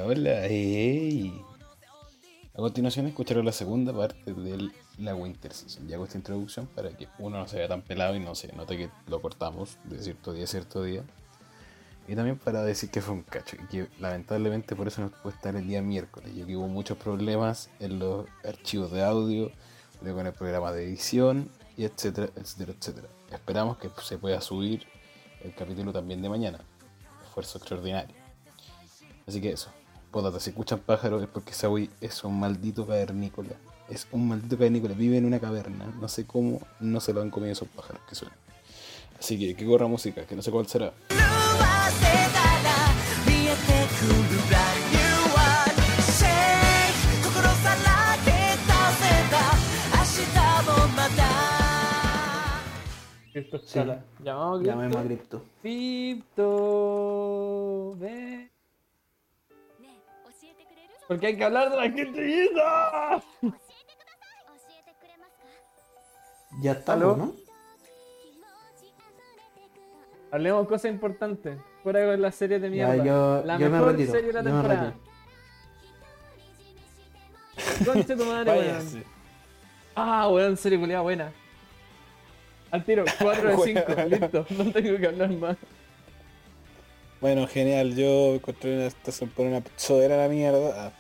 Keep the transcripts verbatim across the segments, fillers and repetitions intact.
Hola, hey. A continuación escucharé la segunda parte de la Winter Season. Ya hago esta introducción para que uno no se vea tan pelado y no se note que lo cortamos de cierto día a cierto día. Y también para decir que fue un cacho y que lamentablemente por eso no puede estar el día miércoles, ya que hubo muchos problemas en los archivos de audio, luego con el programa de edición, y etcétera, etcétera, etcétera. Esperamos que se pueda subir el capítulo también de mañana. Esfuerzo extraordinario. Así que eso. Podata, si escuchan pájaros es porque Sawi es un maldito cavernícola. Es un maldito cavernícola. Vive en una caverna. No sé cómo no se lo han comido esos pájaros que suenan. Así que que corra música, que no sé cuál será. Cripto Sí. Scala. Llamamos Cripto. Llamemos a Crypto. Cripto. Ven. Porque hay que hablar de la quintrillita. Ya ¿Aló? estamos, ¿no? Hablemos cosas importantes. Fuera con las series de Ya, mierda. yo, la yo me mejor retiro. serie de la yo me temporada. retiro. Conche tu madre, weón. Váyase. Ah, weón, serie culiada buena. Al tiro, cuatro de cinco. Listo, no tengo que hablar más. Bueno, genial. Yo encontré una estación por una sodera la mierda.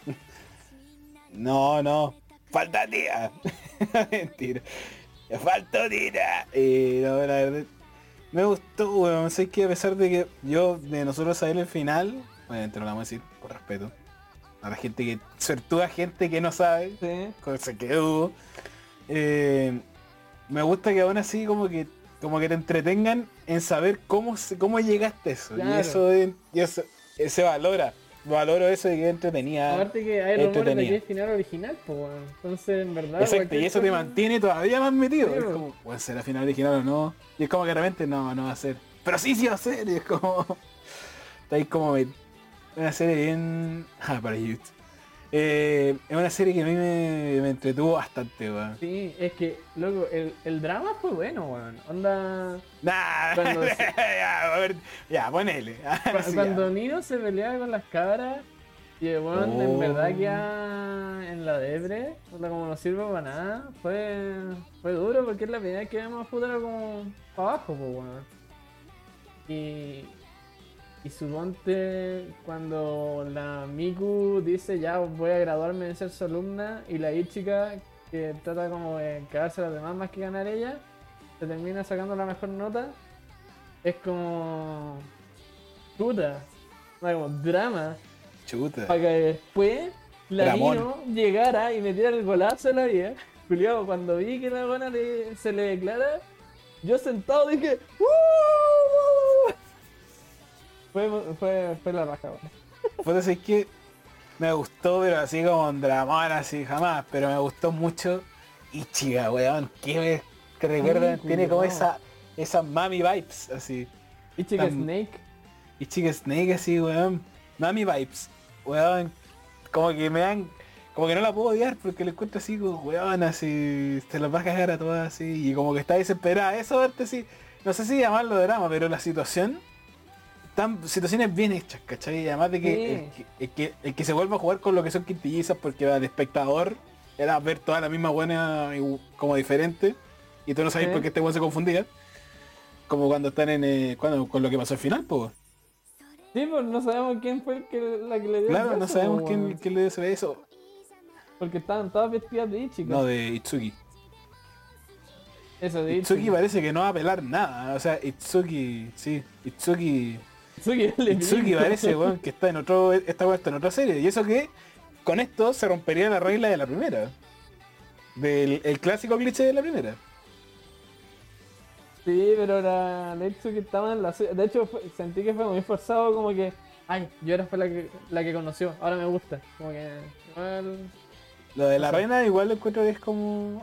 No, no. Falta tía. Mentira. Falta tía. Y no, la verdad. Me gustó, weón. Sé que a pesar de que yo, de nosotros saber el final, obviamente no lo vamos a decir, por respeto. A la gente que, suertuda gente que no sabe, Sí. cosa que hubo. Eh, me gusta que aún así como que como que te entretengan en saber cómo se- cómo llegaste a eso. Claro. Y eso, es- y eso eh, se valora. Valoro eso de que es entretenida. Aparte que hay rumores de que entretenida. es final original, pues weón. Entonces, en verdad. Exacto, cualquier y eso te cosa- mantiene todavía más metido. Sí, Es bo. como, ¿puede ser la final original o no? Y es como que realmente no, no va a ser. Pero sí, sí va a ser. Y es como. Está ahí como me- una serie bien. Ah, para YouTube. Eh, es una serie que a mí me, me entretuvo bastante, weón. Sí, es que, loco, el, el drama fue bueno, weón. Onda. Nah, Cuando se- ya, a ver, ya, ponele. Ahora cu- sí, cuando ya. Nino se peleaba con las cabras y el weón en Oh. verdad queda en la debre, onda como no sirve para nada, fue, fue duro porque es la primera vez que vemos a Futaro como para abajo, pues weón. Y, y suponte cuando la Miku dice ya voy a graduarme de ser su alumna y la Ichika que trata como de quedarse a los demás más que ganar ella, se termina sacando la mejor nota, es como puta, onda como drama, Chuta. para que después la Dramón. Nino llegara y metiera el golazo de la vida. Juliado, cuando vi que la buena le- se le declara, yo sentado dije ¡Uh! Fue, fue, fue la raja, weón. Puedo decir que me gustó, pero así como un dramón, así jamás. Pero me gustó mucho Ichiga, weón. Que me que recuerdan, Sí, tiene como culiao. esa, esa mami vibes, así. Ichiga Tan- Snake. Ichiga Snake, así, weón. Mami vibes, weón. Como que me dan, como que no la puedo odiar porque le encuentro así, como, weón, así, se las va a cagar a todas así. Y como que está desesperada. Eso, verte así, no sé si llamarlo drama, pero la situación. Están situaciones bien hechas, ¿cachai? Y además de que, Sí. el, que, el, que el que se vuelva a jugar con lo que son quintillizas porque va de espectador era ver toda la misma buena como diferente y tú no sabes Sí. por qué este weón se confundía. Como cuando están en eh, cuando, con lo que pasó al final, pues. Sí, pues no sabemos quién fue el que, la que le dio el Claro, no beso, sabemos po, quién, weón. quién le dio ese beso. Porque estaban todas vestidas de Ichigo. No, de Itsuki. Eso de Itsuki Ichigo. parece que no va a pelar nada. O sea, Itsuki, sí, Itsuki. Itsuki, el Itsuki enemigo. parece, weón, que está en otro. Esta weón está en otra serie. Y eso que con esto se rompería la regla de la primera. Del el clásico cliché de la primera. Sí, pero la, la Itsuki estaba en la suya. De hecho, fue- sentí que fue muy forzado, como que, ay, yo era fue la que, la que conoció, ahora me gusta. Como que, igual... Lo de la No sé. reina igual lo encuentro que es como.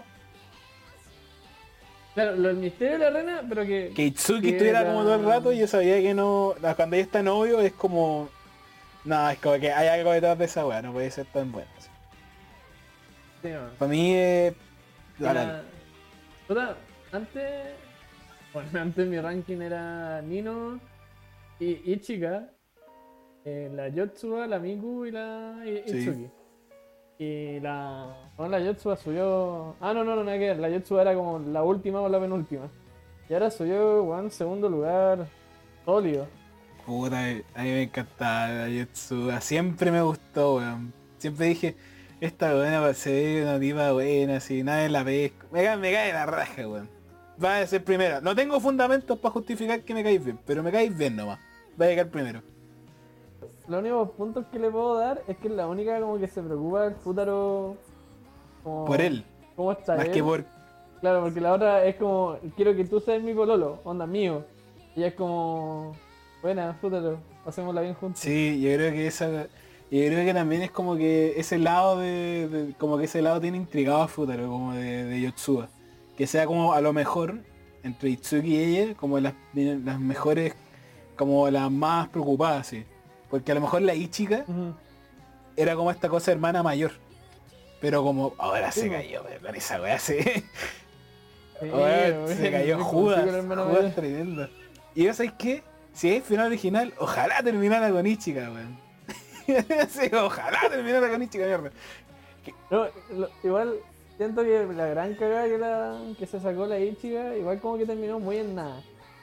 Claro, lo del misterio de la reina, pero que... Que Itsuki que estuviera la- como todo el rato y yo sabía que no. la- Cuando ella está novio es como. No, es como que hay algo detrás de esa weá, no puede ser tan buena. Sí, man. Para mí es. Y Dale, la- puta, antes... Bueno, antes mi ranking era Nino y Ichika. eh, la Yotsuba, la Miku y la I- Sí. Itsuki. Y la. Bueno, la Yotsuba subió. Ah, no, no, no, nada que ver. La Yotsuba era como la última o la penúltima. Y ahora subió, weón, segundo lugar. Sólido. Puta, a mí me encantaba la Yotsuba. Siempre me gustó, weón. Siempre dije, esta buena se ve una tipa buena, así, nadie la pesca. Me cae, me cae la raja, weón. Va a ser primera. No tengo fundamentos para justificar que me caes bien, pero me caes bien nomás. Va a llegar primero. Los únicos puntos que le puedo dar es que es la única como que se preocupa del Futaro. Como, Por él. ¿Cómo está Más él? que por... Claro, porque la otra es como, quiero que tú seas mi pololo, onda mío. Y es como, buena, Futaro, pasémosla bien juntos. Sí, yo creo que esa... Yo creo que también es como que ese lado de... de- como que ese lado tiene intrigado a Futaro, como de, de Yotsuba. Que sea como a lo mejor, entre Itsuki y ella, como las, las mejores, como las más preocupadas, sí. Porque a lo mejor la Ichika Ujú. era como esta cosa hermana mayor. Pero como ahora Sí, se po. cayó, weón, con esa weá se, Sí, ahora weón, se cayó me Judas. consigo la hermana Judas mayor. tremendo. Y yo sabéis qué, si es final original, ojalá terminara con Ichika, weón. Sí, ojalá terminara con Ichika, mierda. No, lo- igual siento que la gran cagada que, la, que se sacó la Ichiga, igual como que terminó muy en nada.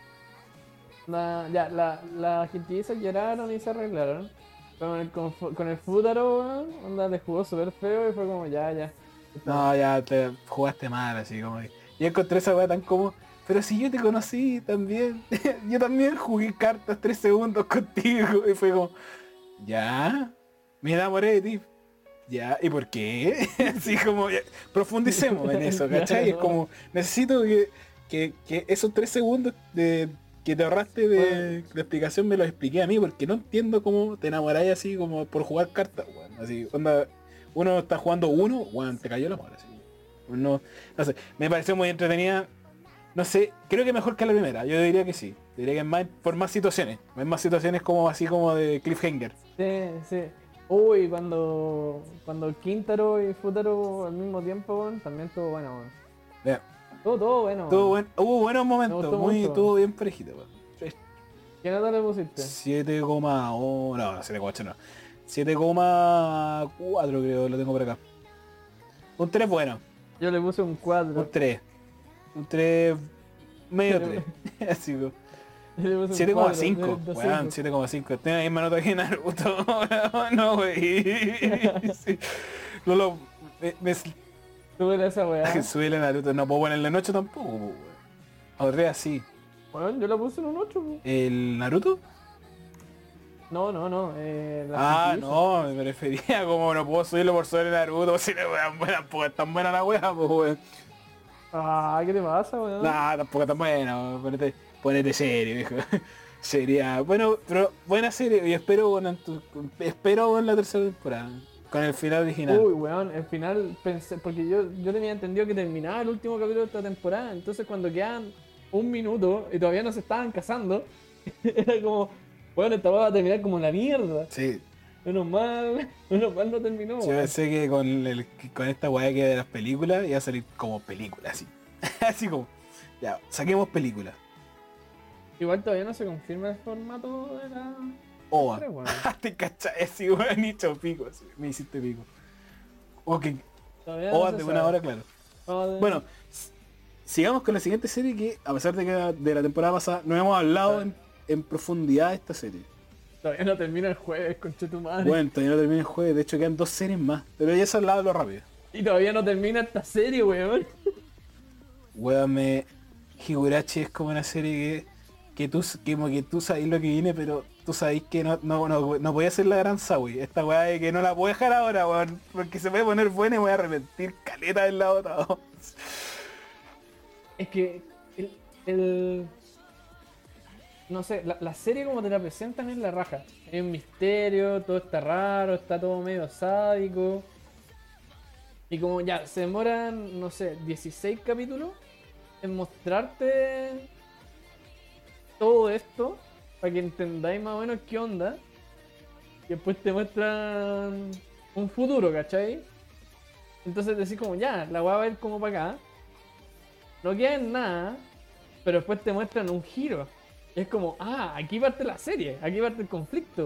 La, ya, la, las quintillizas lloraron y se arreglaron. Pero con el, con, con el Futaro, weón, onda, le jugó súper feo y fue como ya, ya. No, ya te jugaste mal, así como que. Yo encontré esa weá tan como. Pero si yo te conocí también. Yo también jugué cartas tres segundos contigo. Y fue como. Ya. Me enamoré de ti. Ya, ¿y por qué? Así como, ya, profundicemos en eso, ¿cachai? Es Claro. como, necesito que, que, que esos tres segundos de, que te ahorraste de, Bueno. de explicación me los expliqué a mí, porque no entiendo cómo te enamoráis así como por jugar cartas, weón. Así, onda, uno está jugando uno, weón, te cayó la mano, así. No, no sé, me pareció muy entretenida. No sé, creo que mejor que la primera, yo diría que sí. Diría que es más, por más situaciones. Hay más situaciones como así como de cliffhanger. Sí, sí. Uy, cuando, cuando Quintaro y Futaro al mismo tiempo, weón, también estuvo bueno, weón. Vea, Estuvo todo bueno, tuvo, weón. buen- hubo buenos momentos, gustó muy, mucho. estuvo bien parejito, weón. ¿Qué nota le pusiste? siete coma uno, no, no, siete coma ocho no. siete coma cuatro creo, lo tengo por acá. Un tres bueno, Yo le puse un cuatro. un tres. Un tres, medio tres. Así como. Yo le puse un siete coma cuatro, cinco, de- de weón, cinco. siete coma cinco. Tiene la misma nota que Naruto. No, wey. Sí. No lo. Me, me Súbele esa weá. subí a Naruto, no puedo ponerle en ocho tampoco, po, weón. Ahorré así. Bueno, yo la puse en un ocho, po. ¿El Naruto? No, no, no. Eh, la Ah, quintillizas. no, me refería como no puedo subirlo por sobre Naruto, si la wea es buena, tampoco es tan buena la wea, pues weón. Ah, ¿qué te pasa, weón? Nah, tampoco es tan buena, weón. Ponete, ponete serio, viejo. Sería, bueno, pero buena serie, y espero bueno, en tu- espero en la tercera temporada, con el final original. Uy, weón, al final pensé, porque yo, yo tenía entendido que terminaba el último capítulo de esta temporada, entonces cuando quedan un minuto y todavía no se estaban casando, era como, weón, esta weá va a terminar como la mierda. Sí, Menos mal, menos mal no terminó, yo weón. pensé que con, el, con esta weá que de las películas iba a salir como película, así. Así como, ya, saquemos película. Igual todavía no se confirma el formato de la... Ova. Pero bueno, Te cachai, así weón, hizo pico, así, me hiciste pico. Ok, todavía no Ova se de sabe. una hora, claro. Vamos a- Bueno, s- sigamos con la siguiente serie que, a pesar de que de la temporada pasada no hemos hablado en, en profundidad de esta serie. Todavía no termina el jueves, conche tu madre. Bueno, todavía no termina el jueves, de hecho quedan dos series más, pero ya se ha hablado lo rápido. Y todavía no termina esta serie, weón. Weón, me... Higurashi es como una serie que, que tú que, como que tú sabes lo que viene, pero tú sabés que no, no, no, no podía ser la gran Sawi. Esta weá de que no la puedo dejar ahora, weón, porque se puede poner buena y me voy a arrepentir caleta del lado otro. Es que el, el- no sé, la, la serie como te la presentan es la raja. Hay un misterio, todo está raro, está todo medio sádico. Y como ya, se demoran, no sé, dieciséis capítulos en mostrarte todo esto para que entendáis más o menos qué onda. Y después te muestran un futuro, ¿cachai? Entonces decís como ya, la weá va a ir como para acá. No queda en nada, pero después te muestran un giro. Y es como, ah, aquí parte la serie, aquí parte el conflicto.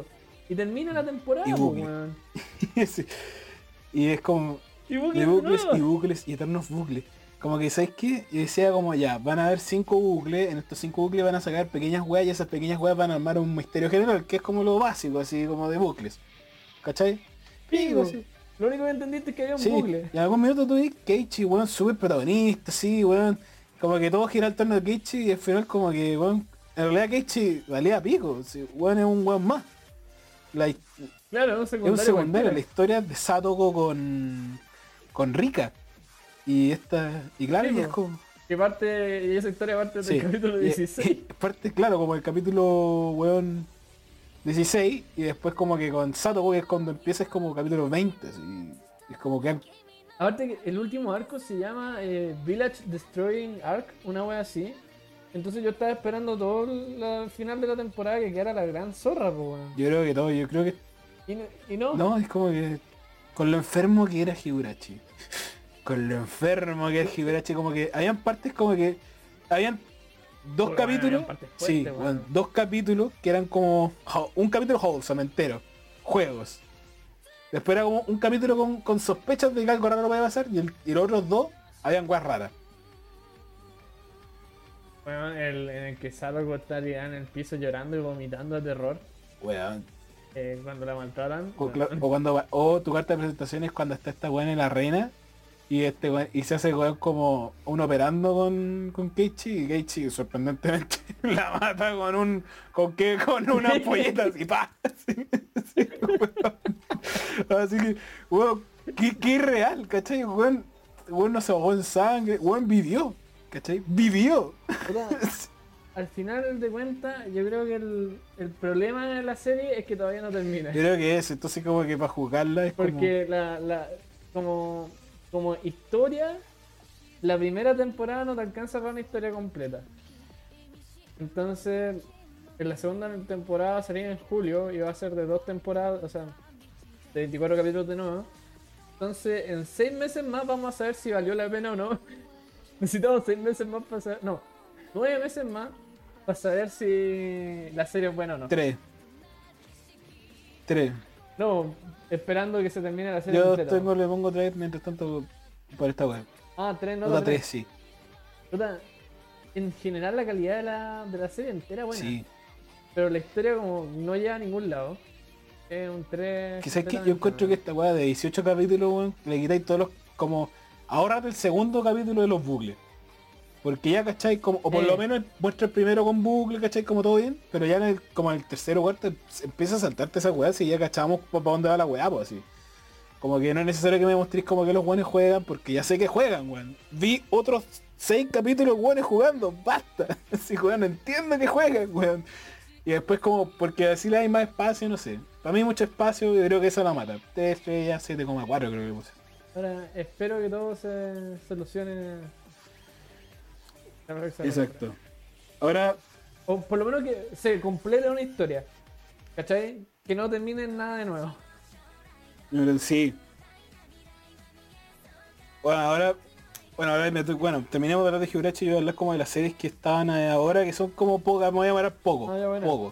Y termina la temporada, Y po, bucle. weón. Sí. Y es como Y de bucle bucles nuevo. y bucles y eternos bucles. Como que, ¿sabes qué? Yo decía como ya, van a haber cinco bucles, en estos cinco bucles van a sacar pequeñas weas y esas pequeñas weas van a armar un misterio general, que es como lo básico, así como de bucles. ¿Cachai? Pico, Pico. así. Lo único que entendiste es que había un Sí, bucle. y en algún minuto tú ves Keiichi, weón, súper protagonista, sí, weón. Como que todo gira al torno de Keiichi y al final como que, weón, en realidad Keiichi valía pico, sí, weón es un weón más. La, es Claro, un un secundario. secundario, la cualquiera. historia de Satoko con, con Rika. Y esta, y claro, Sí, y es po. como... Que parte, y esa historia parte Sí, del capítulo y- dieciséis. y parte, claro, como el capítulo, weón, dieciséis, y después como que con Satoko, que es cuando empieza, es como capítulo veinte, así, y es como que... Aparte que el último arco se llama eh, Village Destroying Arc, una wea así. Entonces yo estaba esperando todo el la- final de la temporada que quedara la gran zorra, po, weón. Yo creo que todo, yo creo que... Y, no- y no. No, es como que... Con lo enfermo que era Higurashi. Con lo enfermo que era Higurashi, como que... Habían partes como que... Habían dos Pero, capítulos... habían partes Sí, fuertes, weón, weón. dos capítulos que eran como... ho- Un capítulo wholesome entero. Juegos. Después era como un capítulo con, con sospechas de que algo raro podía pasar y, el, y los otros dos habían weas raras. Weón, el, en el que Sadako está tirada en el piso llorando y vomitando de terror Weón. eh, cuando la mataron. O, weón. cla- o cuando va- o tu carta de presentación es cuando está esta weón en la reina y este weón- y se hace weón como uno operando con, con Keiichi y Keiichi sorprendentemente la mata con un con que con una ampolleta así pa así, así, weón. Así que weón, qué, qué irreal, ¿cachai? Weón, weón no se ahogó en sangre, weón vivió, ¿cachai? Vivió. Puta, al final de cuentas, yo creo que el, el problema de la serie es que todavía no termina. Yo creo que es, entonces como que para jugarla es como... Porque la, la, como, como historia, la primera temporada no te alcanza para una historia completa. Entonces, en la segunda temporada sería en julio y va a ser de dos temporadas, o sea, de veinticuatro capítulos de nuevo. Entonces, en seis meses más vamos a saber si valió la pena o no. Necesitamos seis meses más para saber, no, nueve meses más para saber si la serie es buena o no. Tres. Tres. No, esperando que se termine la serie Yo completa. tengo, le pongo tres mientras tanto por esta web. Ah, tres, no, Nota tres. tres, sí. Puta, en general la calidad de la, de la serie entera es buena. Sí. Pero la historia como no lleva a ningún lado. Es un tres. Quizás que yo completamente encuentro que esta weá de dieciocho capítulos, weón, le quitáis todos los... como... ahorrate el segundo capítulo de los bucles. Porque ya, ¿cachai? Como, o por Eh. lo menos muestra el primero con bucle, ¿cachai? Como todo bien. Pero ya en el, como en el tercero o cuarto empieza a saltarte esa weá si ya cachamos para dónde va la weá, pues así. Como que no es necesario que me mostréis como que los buenos juegan, porque ya sé que juegan, weón. Vi otros seis capítulos buenos jugando, basta. Si juegan, entiendo que juegan, weón. Y después como, porque así le hay más espacio, no sé. Para mí mucho espacio, yo creo que eso la mata. tres estrellas, siete coma cuatro creo que puse. Ahora, espero que todo se solucione. la próxima Exacto. Ahora, temporada. O por lo menos que se complete una historia. ¿Cachai? Que no termine en nada de nuevo. eh, sí. Bueno, ahora, bueno, ahora me estoy- bueno, terminemos de hablar de Higurashi y voy a hablar como de las series que estaban eh, ahora, que son como pocas, me voy a llamar poco, Ah, ya, bueno. poco.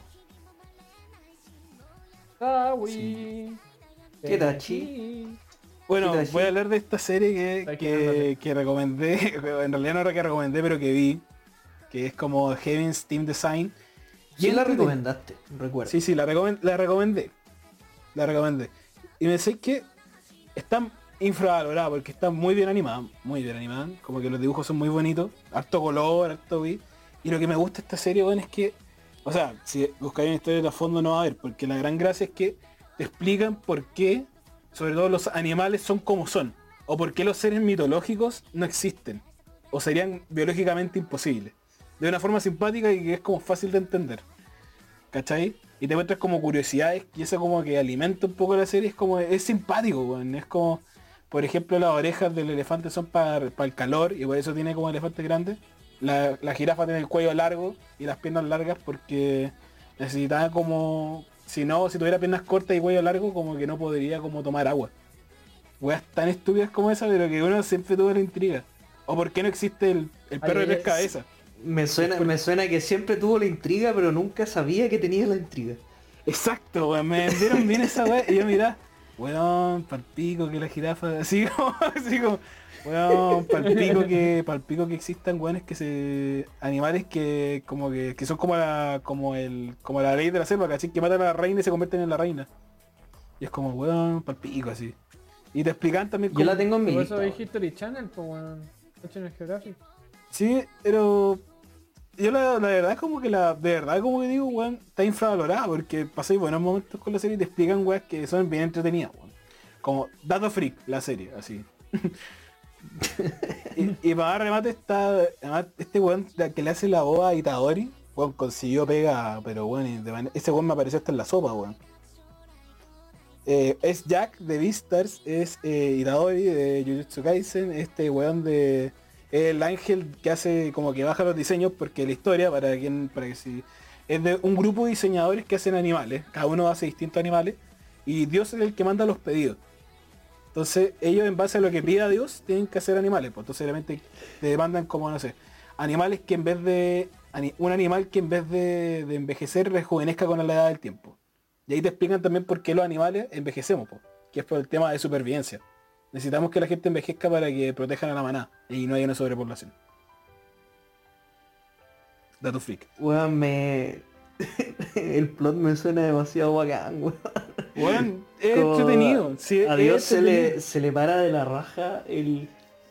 Kawi. Sí. Tenchi. Bueno, Hitachi. voy a hablar de esta serie que, Hay que que, mandarle. que recomendé, en realidad no era que recomendé, pero que vi, que es como Heaven's Team Design. ¿Quién la entreten- recomendaste? Recuerda. Sí, sí, la, recomen- la recomendé. La recomendé. Y me decís que está infravalorada porque está muy bien animada, muy bien animada. Como que los dibujos son muy bonitos, harto color, harto vi. Y lo que me gusta de esta serie, bueno, es que, o sea, si buscáis una historia de fondo no va a haber, porque la gran gracia es que te explican por qué, sobre todo los animales son como son, o por qué los seres mitológicos no existen, o serían biológicamente imposibles. De una forma simpática y que es como fácil de entender. ¿Cachai? Y te muestras como curiosidades y eso como que alimenta un poco la serie, es como, es simpático, weón. Es como, por ejemplo, las orejas del elefante son para el calor y por eso tiene como elefante grande. La, la jirafa tiene el cuello largo y las piernas largas porque necesitaba como, si no, si tuviera piernas cortas y cuello largo, como que no podría como tomar agua. Weas tan estúpidas como esa, pero que uno siempre tuvo la intriga. O por qué no existe el, el perro de Oye, tres cabezas. Me suena, Es por- me suena que siempre tuvo la intriga, pero nunca sabía que tenía la intriga. Exacto, weón, me vendieron bien esa weá y yo mirá, weón, palpico que la jirafa, así como, así como, weón, palpico que, palpico que existan weones que se. Animales que como que, que son como la. como el. como la ley de la selva, ¿cachai? Que matan a la reina y se convierten en la reina. Y es como, weón, palpico así. Y te explican también Yo la tengo en mi Por lista. eso vi weón. History Channel, pues weón. National Geographic. Sí, pero yo la, la verdad es como que la, de verdad como que digo, weón, está infravalorada porque pasáis buenos momentos con la serie y te explican weas que son bien entretenidas, weón. Como Dato Freak, la serie, así. y, y para más remate está, además, este weón la que le hace la voz a Itadori, weón, consiguió pega, pero weón, y de man- ese weón me apareció hasta en la sopa, weón. Eh, es Jack de Beastars, es eh, Itadori de Jujutsu Kaisen, este weón de el ángel que hace como que baja los diseños porque la historia, para quien, para que si es de un grupo de diseñadores que hacen animales, cada uno hace distintos animales y Dios es el que manda los pedidos. Entonces ellos en base a lo que pida Dios tienen que hacer animales, pues entonces realmente te demandan como, no sé, animales que en vez de, ani- un animal que en vez de, de envejecer rejuvenezca con la edad del tiempo. Y ahí te explican también por qué los animales envejecemos, po, que es por el tema de supervivencia. Necesitamos que la gente envejezca para que protejan a la manada y no haya una sobrepoblación. Dato freak. Weón, me... el plot me suena demasiado bacán, weón. Bueno, es Como entretenido. Sí, a es Dios se entretenido. le, se le para de la raja el...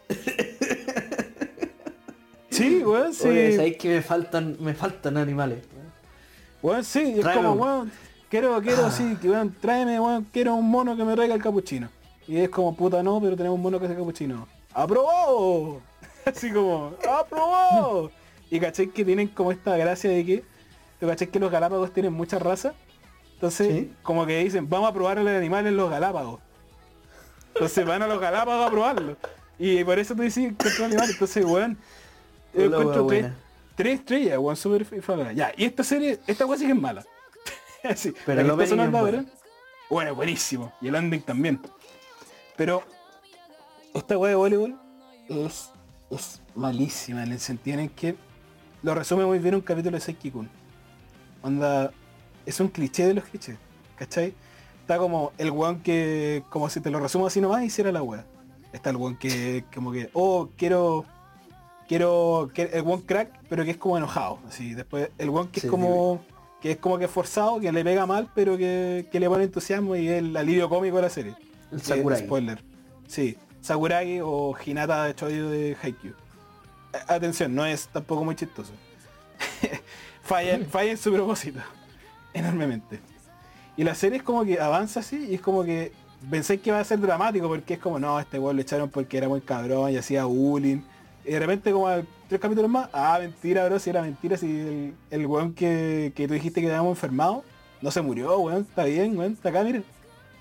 Sí, weón, sí. Oye, ¿sabéis que me faltan, me faltan animales? weón? Weón, sí, es Tráeme como, un- weón, quiero, quiero, Ah. sí, que weón, tráeme, weón, quiero un mono que me traiga el capuchino. Y es como, puta no, pero tenemos un mono que hace capuchino. ¡Aprobado! Así como, ¡aprobado! Y caché que tienen como esta gracia de que, tú caché que los Galápagos tienen muchas razas. Entonces, Sí. como que dicen, vamos a probar el animal en los Galápagos. Entonces van a los Galápagos a probarlo. Y por eso tú dices que es un animal. Entonces, weón, yo Hola, encuentro weá tres, buena. tres estrellas, weón, súper infravalorada. Ya, y esta serie, esta weón sí que es mala. Sí, Pero la el que está opening sonando es ahora, bueno. bueno, buenísimo. Y el ending también. Pero esta weá de voleibol es, es malísima en el sentido en que lo resume muy bien un capítulo de Saiki-kun. Onda, es un cliché de los clichés, ¿cachai? Está como el weón que, como si te lo resumo así nomás, hiciera la weá. Está el weón que, como que, oh, quiero, quiero, que- el weón crack, pero que es como enojado. Así, después el weón que Sí, es como, que es como que forzado, que le pega mal, pero que, que le pone entusiasmo y es el alivio cómico de la serie. El Eh, Sakurai. spoiler. Sí, Sakuragi o Hinata de Choyo de Haikyuu. A- Atención, no es tampoco muy chistoso. falla, falla en su propósito. Enormemente. Y la serie es como que avanza así y es como que pensé que iba a ser dramático porque es como, no, este weón lo echaron porque era muy cabrón y hacía bullying. Y de repente como a tres capítulos más, ah, mentira, bro, si era mentira, si el, el weón que, que tú dijiste que habíamos enfermado, no se murió, weón, está bien, weón, está acá, miren.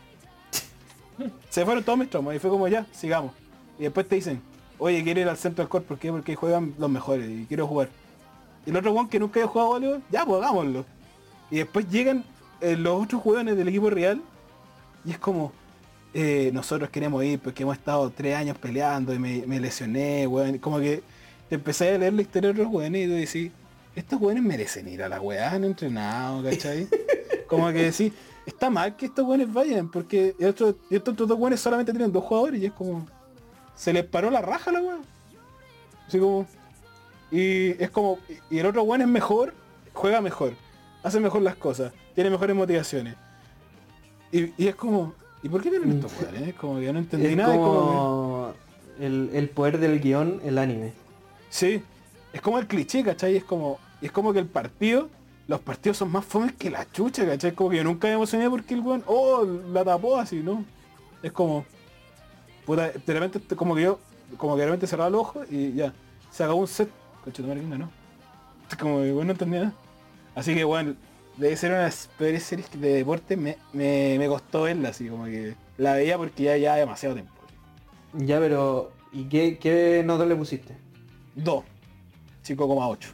Se fueron todos mis traumas y fue como ya, sigamos. Y después te dicen, oye, quiero ir al centro del core, ¿por qué? Porque ahí juegan los mejores y quiero jugar. Y el otro weón que nunca había jugado voleibol, ya pues hagámoslo. Y después llegan eh, los otros jugadores del equipo real y es como, eh, nosotros queremos ir porque hemos estado tres años peleando y me, me lesioné, weón. Como que te empecé a leer la historia de otros weones y tú decís, estos weones merecen ir a la weá, han entrenado, ¿cachai? Como que decís, está mal que estos weones vayan, porque estos, estos otros weones solamente tienen dos jugadores y es como, se les paró la raja a la weá. Así como, y es como, y el otro weón es mejor, juega mejor, hace mejor las cosas, tiene mejores motivaciones. Y, y es como, ¿y por qué tienen estos weones? Es como que yo no entendí Es nada. es como que- como el, el poder del guión, el anime. Sí, es como el cliché, ¿cachai? Es como, es como que el partido, los partidos son más fomes que la chucha, ¿cachai? Como que yo nunca me emocioné porque el weón, oh, la tapó así, ¿no? Es como, puta, de repente, este- como que yo, como que de repente cerraba los ojos y ya, se acabó un set, coche, tomar no. Es como que bueno, no entendía nada. Así que bueno, debe ser una de las peores series de deporte, me, me, me costó verla, así como que la veía porque ya ya demasiado tiempo. Ya, pero... ¿Y qué, qué nota le pusiste? dos, cinco coma ocho.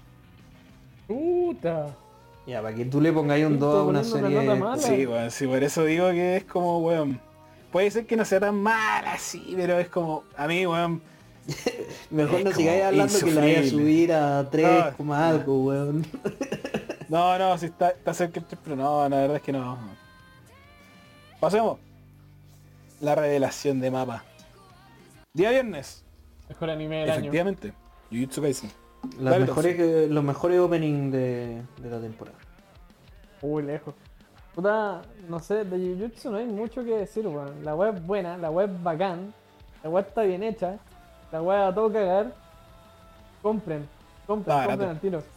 Puta. Ya, para que tú le pongáis un Sí, dos a estoy una poniendo una serie... nota mala. Sí, weón, sí, por eso digo que es como, weón. Puede ser que no sea tan mala, sí, pero es como, a mí, weón. Mejor Es no como sigáis hablando que la vaya a insufrible. subir a tres, No, coma no. algo, weón. No, no, si está, está cerca el tres, pero no, la verdad es que no. Pasemos. La revelación de mapa. Día viernes. Mejor anime del año. Efectivamente. Jujutsu Kaisen. Las Dale, mejores, que- los mejores openings de, de la temporada. Uy, lejos. Puta, no sé, de Jujutsu no hay mucho que decir, weón. La web es buena, la web es bacán, la web está bien hecha, la web a todo cagar. Compren, compren, Ah, compren barato. al tiro.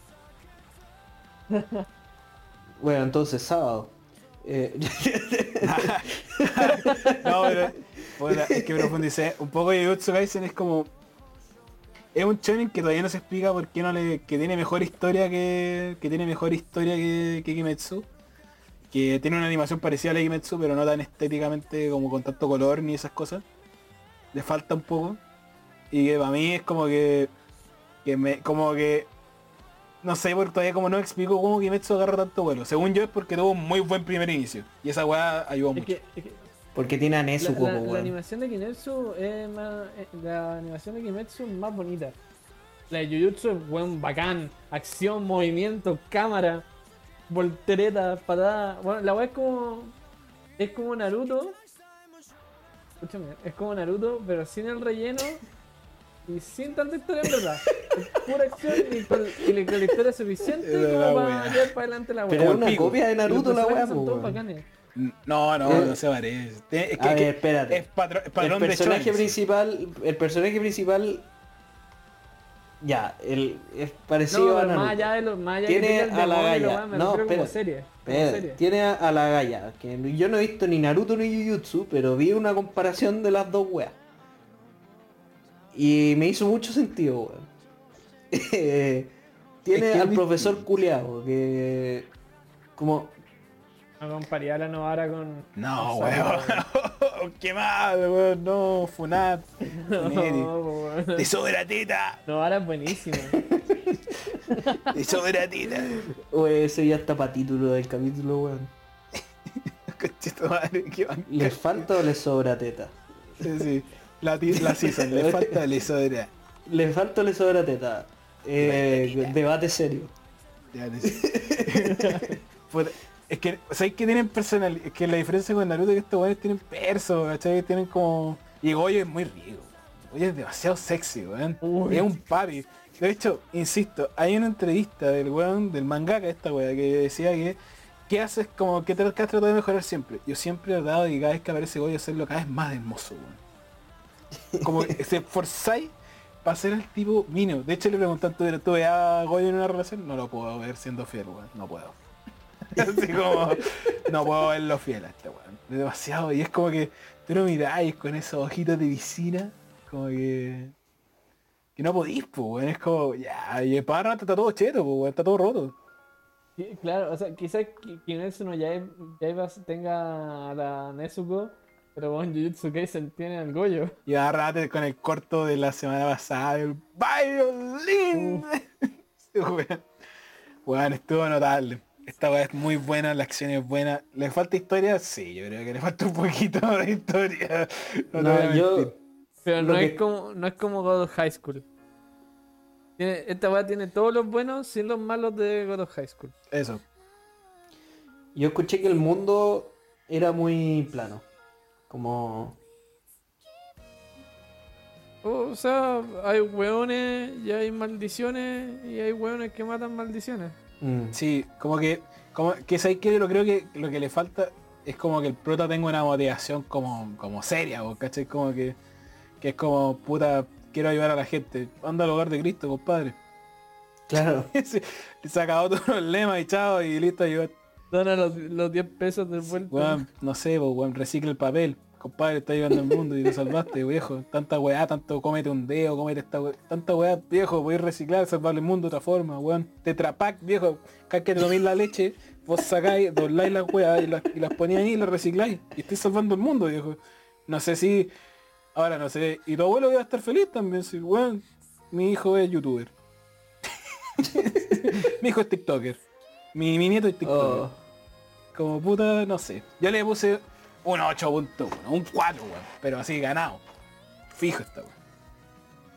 Bueno, entonces sábado. Eh, No, pero puta, es que profundicé. Un poco de Jujutsu Kaisen es como... Es un shonen que todavía no se explica por qué no le... que tiene mejor historia que... que tiene mejor historia que, que Kimetsu. Que tiene una animación parecida a la de Kimetsu, pero no tan estéticamente como con tanto color ni esas cosas. Le falta un poco. Y que para mí es como que... que me... como que... No sé, porque todavía como no explico cómo Kimetsu agarra tanto vuelo. Según yo es porque tuvo un muy buen primer inicio. Y esa weá ayudó Es mucho. que, es que porque tiene a la, Nezuko, la- po, la weón. animación de Kimetsu es más. eh, La animación de Kimetsu es más bonita. La de Jujutsu es buen bacán. Acción, movimiento, cámara, voltereta, patada. Bueno, la weá es como. Es como Naruto. Escúchame, es como Naruto, pero sin el relleno y sin tanta historia en verdad. Es pura acción y con, y la, con la historia suficiente Era como la para wea. llevar para adelante la weá. Pero es Como el una pico. copia de Y los Naruto la weá, personajes po, son todos weón. bacanes. No, no, Eh, no se parece. Tiene- Es que, A es que ver, espérate. es patro- es El patrón de personaje shonen. principal, el personaje principal, ya, el, es parecido No, a pero Naruto. más allá de lo más allá Tiene que tenga el a la demonio y lo Gaia. más, me No, refiero como espérate. serie. Como Espérate, serie. tiene a, a la Gaia, que yo no he visto ni Naruto ni Jujutsu, pero vi una comparación de las dos weas. Y me hizo mucho sentido, weón. Eh, tiene Es que al es profesor distinto. culeado, que como No comparía a la Novara con. No, con Sakura, weón. Qué mal, weón. No, Funat. weón. Funeri. No, po, weón. Te sobra teta. Novara es buenísima. Te sobra teta. o ese ya está para título del capítulo, weón. Conchito madre, qué banca. ¿Le falta o le sobra teta? Sí, sí. La, ti- la season, le falta, le sobra. ¿Le falta o le sobra teta? Eh, debate serio. Ya te sé. Puta, es que, ¿sabes que tienen personalidad? Es que la diferencia con Naruto es que estos weones tienen perso, ¿cachai? Tienen como... Y Goyo es muy rico. Goyo es demasiado sexy, weón. Uy. Es un papi. De hecho, insisto, hay una entrevista del weón, del mangaka esta weá, que decía que ¿qué haces como que te has tratado de mejorar siempre? Yo siempre he tratado y cada vez que aparece Goyo hacerlo cada vez más hermoso, weón. Como que se esforzáis para ser el tipo mínimo. De hecho le preguntan, ¿tú, ¿tú ves a Goyo en una relación? No lo puedo ver siendo fiel, weón. No puedo. Así como, no puedo verlo fiel a este weón. Es demasiado. Y es como que tú lo miráis con esos ojitos de piscina. Como que... Que no podís, pues, weón. Es como, ya, y el padre está todo cheto, pues, weón. Está todo roto. Sí, claro, o sea, quizás Ki- Kimetsu no Yaiba Yaiba tenga a la Nezuko, pero con Jujutsu Kaisen tiene al Goyo. Y agarrate con el corto de la semana pasada, el violín. Sí, weón. Weón, estuvo notable. Esta weá es muy buena, la acción es buena. ¿Le falta historia? Sí, yo creo que le falta un poquito de historia. No, te No, voy a yo- mentir. Pero Lo no que- es como no es como God of High School. Tiene, esta weá tiene todos los buenos sin los malos de God of High School. Eso. Yo escuché que el mundo era muy plano. Como... O sea, hay weones y hay maldiciones y hay weones que matan maldiciones. mm, Sí, como que, como que sabéis que lo creo que lo que le falta es como que el prota tenga una motivación como, como seria, ¿vos ¿cachai? Como que, que es como, puta, quiero ayudar a la gente. Anda al hogar de Cristo, compadre. claro. Sí, se acabó todos los lemas y chao y listo, ayudar. Dona los, los diez pesos de vuelta. Weón, no sé, pues, weón, recicla el papel. Compadre, está ayudando al mundo y lo salvaste, viejo. Tanta weá, tanto cómete un dedo, cómete esta weá. Tanta weá, viejo, podéis reciclar, salvar el mundo de otra forma, weón. Tetrapack, viejo. Cada vez que te toméis la leche, vos sacáis, dobláis las weas y las, y las poníais ahí y las recicláis. Y estáis salvando el mundo, viejo. No sé si... Ahora no sé. Y tu abuelo iba a estar feliz también, si, weón. Mi hijo es youtuber. Mi hijo es tiktoker. Mi, mi nieto es tiktoker. Oh, Como puta, no sé. Yo le puse un ocho punto uno, un cuatro, weón. Pero así ganado. Fijo esta weón.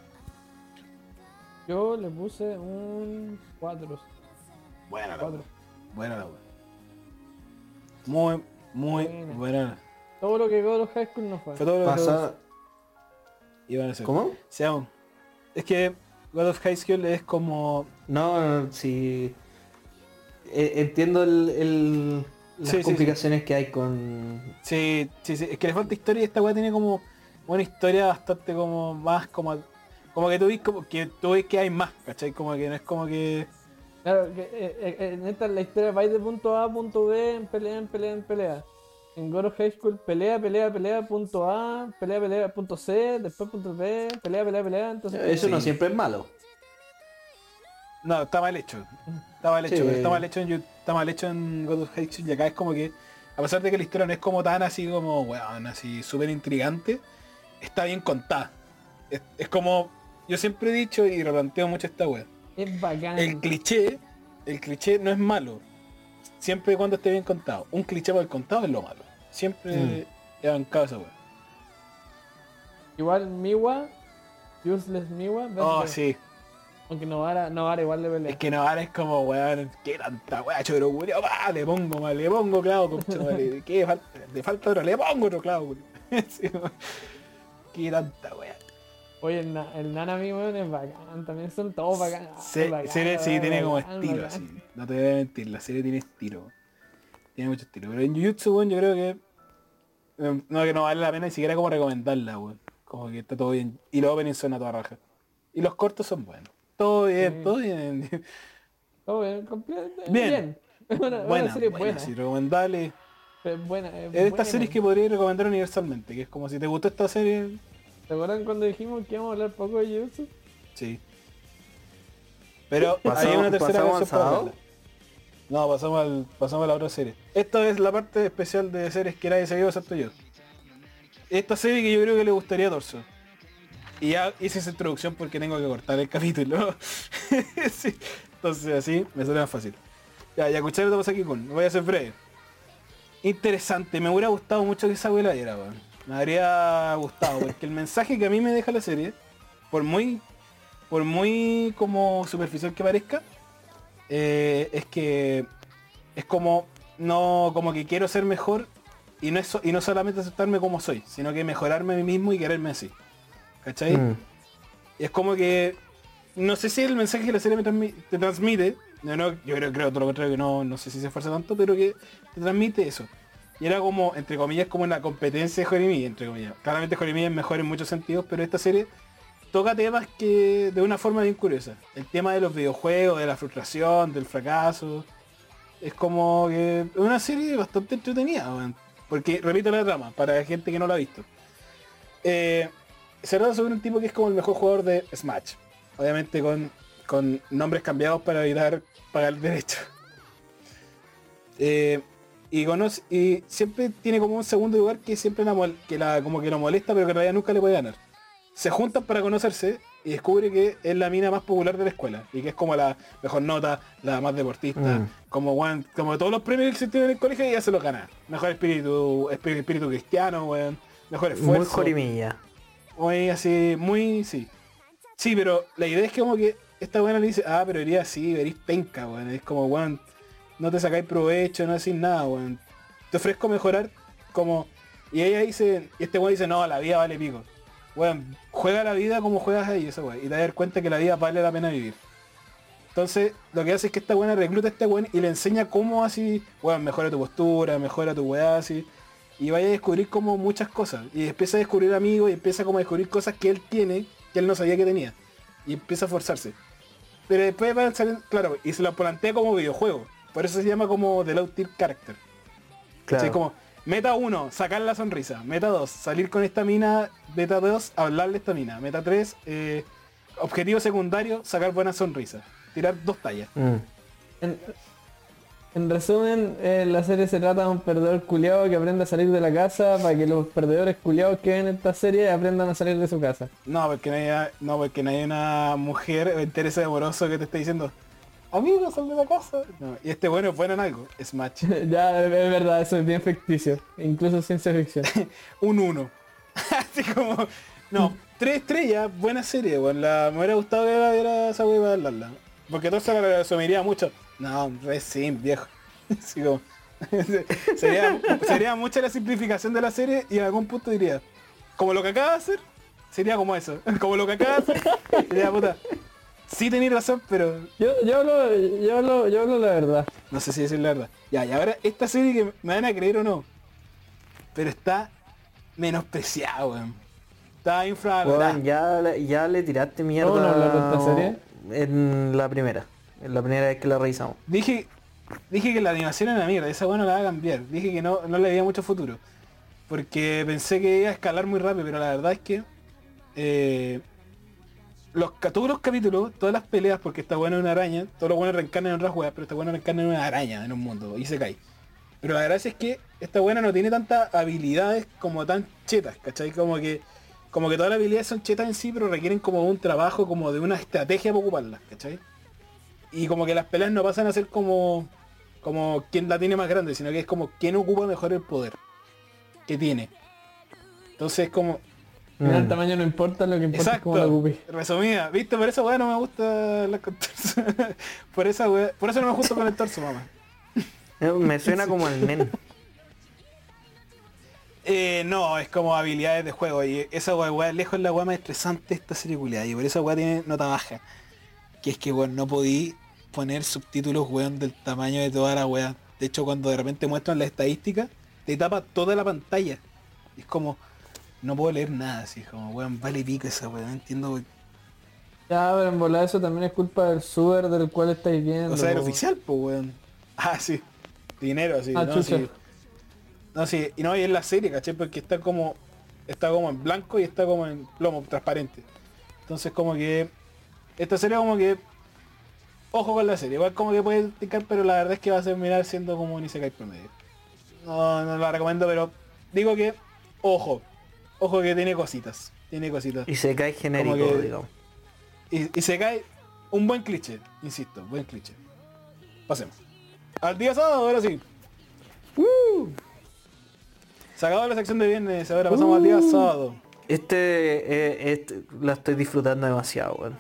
Yo le puse un cuatro. Bueno, cuatro. buena la weá. Muy, muy Buena. buena. Todo lo que God of High School no fue. Fue todo lo que todos Pasa... iban a hacer. ¿Cómo? Seamos. Es que God of High School es como... No, no, sí. Eh, entiendo el, el- las Sí, sí, complicaciones que hay con... Sí, sí, sí. Es que le falta historia y esta weá tiene como una historia bastante como más como... Como que tú ves como que tú ves que hay más, ¿cachai? Como que no es como que... Claro, que eh, eh, en esta la historia va de punto A a punto B en pelea, en pelea, en pelea. En God of High School, pelea, pelea, pelea, punto A, pelea, pelea, punto C, después punto B, pelea, pelea, pelea, entonces... Eso no Sí. siempre es malo. No, está mal hecho. Está mal hecho, Sí. pero está mal hecho en Yu- está mal hecho en God of High School y acá es como que, a pesar de que la historia no es como tan así como, weón, así súper intrigante, está bien contada. Es, es como, yo siempre he dicho y replanteo mucho esta wea. Es bacán. El cliché, el cliché no es malo, siempre y cuando esté bien contado. Un cliché mal contado es lo malo. Siempre he bancado esa wea. Igual Miwa, Useless Miwa, ¿ves? Oh, Que- sí. aunque Novara, Novara igual de pelea. Es que Novara es como, weón, qué tanta weá, choro, culiao, pa, le pongo mal, le pongo clavo, conchetumare, qué falta, le falta otro, le pongo otro clavo, culiao. Sí, weón. Qué tanta weá. Oye, el, na- el Nanami, weón, es bacán, también son todos bacán. Se- bacán, serie sí bacán, tiene como bacán, estilo, bacán. así. No te voy a mentir, la serie tiene estilo. Tiene mucho estilo. Pero en Jujutsu, weón, yo creo que. eh, No, que no vale la pena ni siquiera como recomendarla, weón. Como que está todo bien. Y los openings son a toda raja. Y los cortos son buenos. Todo bien, Sí. todo bien. Todo bien, completo. Bien. Bien. Es una, una buena, serie buena, buena. sí, recomendable. Es buena. Es Es de estas buena. series que podría recomendar universalmente, que es como si te gustó esta serie, ¿Te acuerdan cuando dijimos que íbamos a hablar poco de Jujutsu? sí. Pero Pasamos- hay una tercera pasamos versión al para sábado. verla. No, pasamos, al, pasamos a la otra serie. Esta es la parte especial de series que nadie se vio excepto yo. Esta serie que yo creo que le gustaría a Torso. Y ya hice esa introducción porque tengo que cortar el capítulo. Sí. Entonces así me sale más fácil. Ya, ya escuchar lo que pasa aquí con. Voy a ser breve. Interesante, me hubiera gustado mucho que esa abuela era, weón. Me habría gustado, porque el mensaje que a mí me deja la serie, por muy, por muy como superficial que parezca, eh, es que es como no como que quiero ser mejor y no es so- y no solamente aceptarme como soy, sino que mejorarme a mí mismo y quererme así. ¿Cachai? Mm. Y es como que no sé si el mensaje que la serie me transmi- te transmite, no, no, yo creo, creo todo lo contrario, que no, no sé si se esfuerza tanto, pero que te transmite eso. Y era como, entre comillas, como una competencia de Horimiya, entre comillas. Claramente Horimiya es mejor en muchos sentidos, pero esta serie toca temas que de una forma bien curiosa. El tema de los videojuegos, de la frustración, del fracaso. Es como que es una serie bastante entretenida, weón. Porque, repito la trama, para la gente que no la ha visto. Eh, se trata sobre un tipo que es como el mejor jugador de Smash. Obviamente con, con nombres cambiados para evitar pagar el derecho. Eh, y conoce y siempre tiene como un segundo lugar que siempre la mol- que la, como que lo molesta, pero que en realidad nunca le puede ganar. Se juntan para conocerse y descubre que es la mina más popular de la escuela y que es como la mejor nota, la más deportista, Mm. como weón, como todos los premios que existían en el colegio y ya se los gana. Mejor espíritu, espíritu, espíritu cristiano, weón, mejor Muy esfuerzo. Jorimilla. Muy así, muy, sí. Sí, pero la idea es que como que esta buena le dice, ah, pero iría así, verís penca, weón. Es como, weón, no te sacáis provecho, no decís nada, weón. Te ofrezco mejorar como... Y ella dice, y este weón dice, no, la vida vale pico. Weón, juega la vida como juegas ahí, eso weón. Y te vas a dar cuenta que la vida vale la pena vivir. Entonces, lo que hace es que esta buena recluta a este weón y le enseña cómo así, weón, mejora tu postura, mejora tu weá así. Y vaya a descubrir como muchas cosas. Y empieza a descubrir amigos y empieza como a descubrir cosas que él tiene, que él no sabía que tenía. Y empieza a forzarse. Pero después va a salir, claro, y se lo plantea como videojuego. Por eso se llama como The Low Tier Character. Claro. Así como, meta uno, sacar la sonrisa. Meta dos, salir con esta mina. Meta dos, hablarle a esta mina. Meta tres, eh, objetivo secundario, sacar buena sonrisa. Tirar dos tallas. Mm. En, en resumen, eh, la serie se trata de un perdedor culiado que aprende a salir de la casa para que los perdedores culiados que ven esta serie aprendan a salir de su casa. No, porque no hay, no, porque no hay una mujer o interés amoroso que te esté diciendo, amigo, sal de la casa. No, y este bueno es bueno en algo, Smash. Ya, es verdad, eso es bien ficticio. Incluso ciencia ficción. Un uno. Así como, no, tres estrellas, buena serie, bueno, la, me hubiera gustado ver a, ver a esa wea para hablarla. Porque todo se la resumiría mucho. No, re sim, viejo. Así como- sería, sería mucha la simplificación de la serie y en algún punto diría, como lo que acaba de hacer, sería como eso. Como lo que acaba de hacer, sería puta. Sí tenéis razón, pero Yo, yo hablo, yo hablo, yo hablo la verdad. no sé si decir la verdad. Ya, y ahora esta serie que me van a creer o no, pero está menospreciada, weón. Está infravalorada. Weón, ya, le- ya le tiraste mierda ¿Cómo no hablar de esta serie? en la primera. En la primera vez que la revisamos. Dije, dije que la animación era una mierda, esa weón no la va a cambiar. Dije que no, no le veía mucho futuro. Porque pensé que iba a escalar muy rápido, pero la verdad es que eh, los, ca- todos los capítulos, todas las peleas, porque esta buena es una araña, todos los buenos reencarnan en otras weas, pero esta buena reencarna en una araña en un mundo y se cae. Pero la gracia es que esta buena no tiene tantas habilidades como tan chetas, ¿cachai? Como que como que todas las habilidades son chetas en sí, pero requieren como un trabajo, como de una estrategia para ocuparlas, ¿cachai? Y como que las peleas no pasan a ser como como quién la tiene más grande, sino que es como quién ocupa mejor el poder que tiene. Entonces como Al final el Mm. tamaño no importa, lo que importa es cómo la exacto, ocupé. resumida, ¿viste? Por esa weá no me gusta la torso. por esa weá, por eso no me gusta con el torso, mamá. Eh, Me suena como el nen. Eh, no, es como habilidades de juego y esa weá, weá, lejos es la weá más estresante de esta serie culiada y por esa weá tiene nota baja. Que es que weón, no podí poner subtítulos weón del tamaño de toda la weá. De hecho cuando de repente muestran la estadística, te tapa toda la pantalla. Y es como, no puedo leer nada, así como weón, vale pico esa weá, no entiendo weón. Ya, pero en volar eso también es culpa del suber del cual estáis viendo. O sea, era po. oficial, pues weón. Ah, sí. Dinero, sí. Ah, no, chucha. sí. No, sí. Y no, y es la serie, ¿cachai? Porque está como. Está como en blanco y está como en plomo, transparente. Entonces como que. Esta serie como que. Ojo con la serie. Igual como que puede picar, pero la verdad es que va a terminar siendo como un Isekai promedio. No, no la recomiendo, pero digo que. Ojo. Ojo que tiene cositas. Tiene cositas. Y se cae genérico, que- digamos. Y, y se cae un buen cliché, insisto, buen cliché. Pasemos. Al día sábado, ahora sí. Se acabó la sección de viernes, ahora pasamos al día sábado. Este, eh, este la estoy disfrutando demasiado, weón.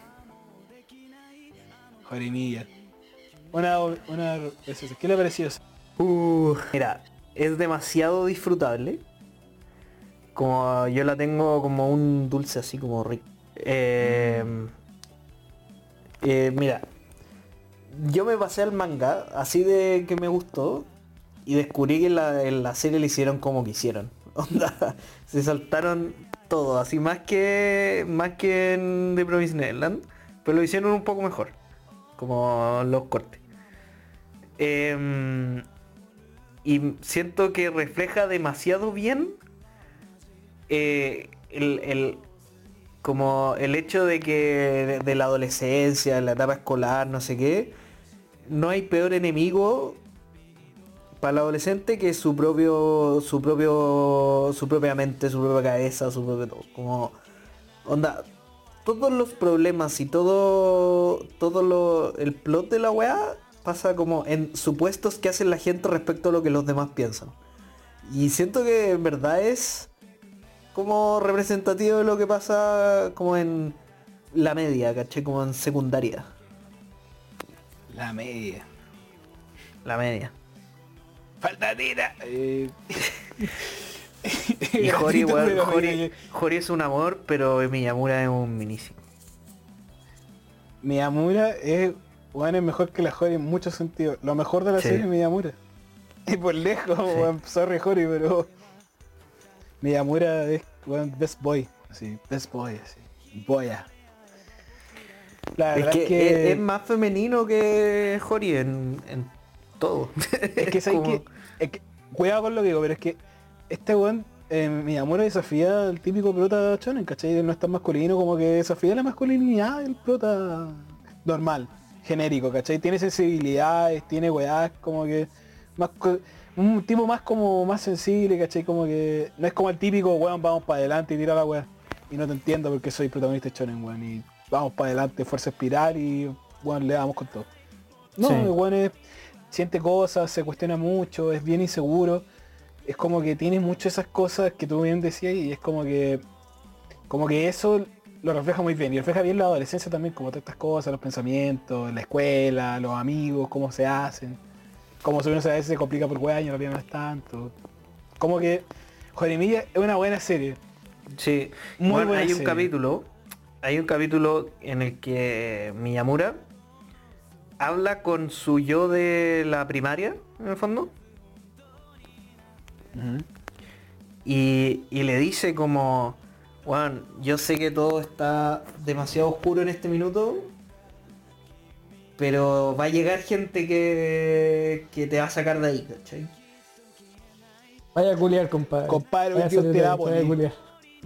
Jorinilla. Una, una, ¿qué le pareció? Uh, mira, es demasiado disfrutable. Como yo la tengo como un dulce así como rico. Eh, eh, mira, yo me pasé al manga así de que me gustó y descubrí que en la, en la serie le hicieron como quisieron. Onda, se saltaron todo, así más que más que en The Promised Neverland, pero lo hicieron un poco mejor, como los cortes. Em, y siento que refleja demasiado bien eh, el, el- como el hecho de que de, de la adolescencia, la etapa escolar, no sé qué, no hay peor enemigo para el adolescente que su propio, su propio, su propia mente, su propia cabeza, su propio todo. Como, onda, todos los problemas y todo, todo lo, el plot de la weá pasa como en supuestos que hace la gente respecto a lo que los demás piensan. Y siento que en verdad es como representativo de lo que pasa como en la media, ¿caché? Como en secundaria. La media. La media. Falta tira. Eh... Y Hori, Gatito, weón, pero Hori, mira, Hori es un amor, pero Miyamura es un minísimo. Miyamura es, weón, es mejor que la Hori en muchos sentidos. Lo mejor de la Sí. serie es Miyamura. Y por lejos, Sí. weón, sorry Hori, pero Miyamura es, weón, best boy. Así, best boy, así. Boya. La Es verdad que, es que, es, es más femenino que Hori en, en todo. es que, ¿sabes Como- qué? Es que- cuidado con lo que digo, pero es que este weón, eh, Miyamura desafía al típico prota shonen, ¿cachai? No es tan masculino, como que desafía la masculinidad del prota normal, genérico, ¿cachai? Tiene sensibilidades, tiene weás, como que más co- un tipo más como más sensible, ¿cachai? Como que no es como el típico weón, vamos para adelante y tira la weá. Y no te entiendo porque soy protagonista de shonen, weón, y vamos para adelante, fuerza espiral y weón, le damos con todo. No, Sí. el weón es- siente cosas, se cuestiona mucho, es bien inseguro. Es como que tiene mucho esas cosas que tú bien decías y es como que como que eso lo refleja muy bien y refleja bien la adolescencia también, como todas estas cosas, los pensamientos, la escuela, los amigos, cómo se hacen. como si uno a veces se complica por weá y en realidad no es tanto. Como que Jorimilla es una buena serie. Sí, Muy bueno, buena hay un serie. capítulo, hay un capítulo en el que Miyamura habla con su yo de la primaria, en el fondo, Ujú. y, y le dice como, bueno, yo sé que todo está demasiado oscuro en este minuto, pero va a llegar gente que, que te va a sacar de ahí, ¿cachai? Vaya a culiar, compadre. Compadre, Vaya a Dios salir te de la ahí, vaya a pone. culiar.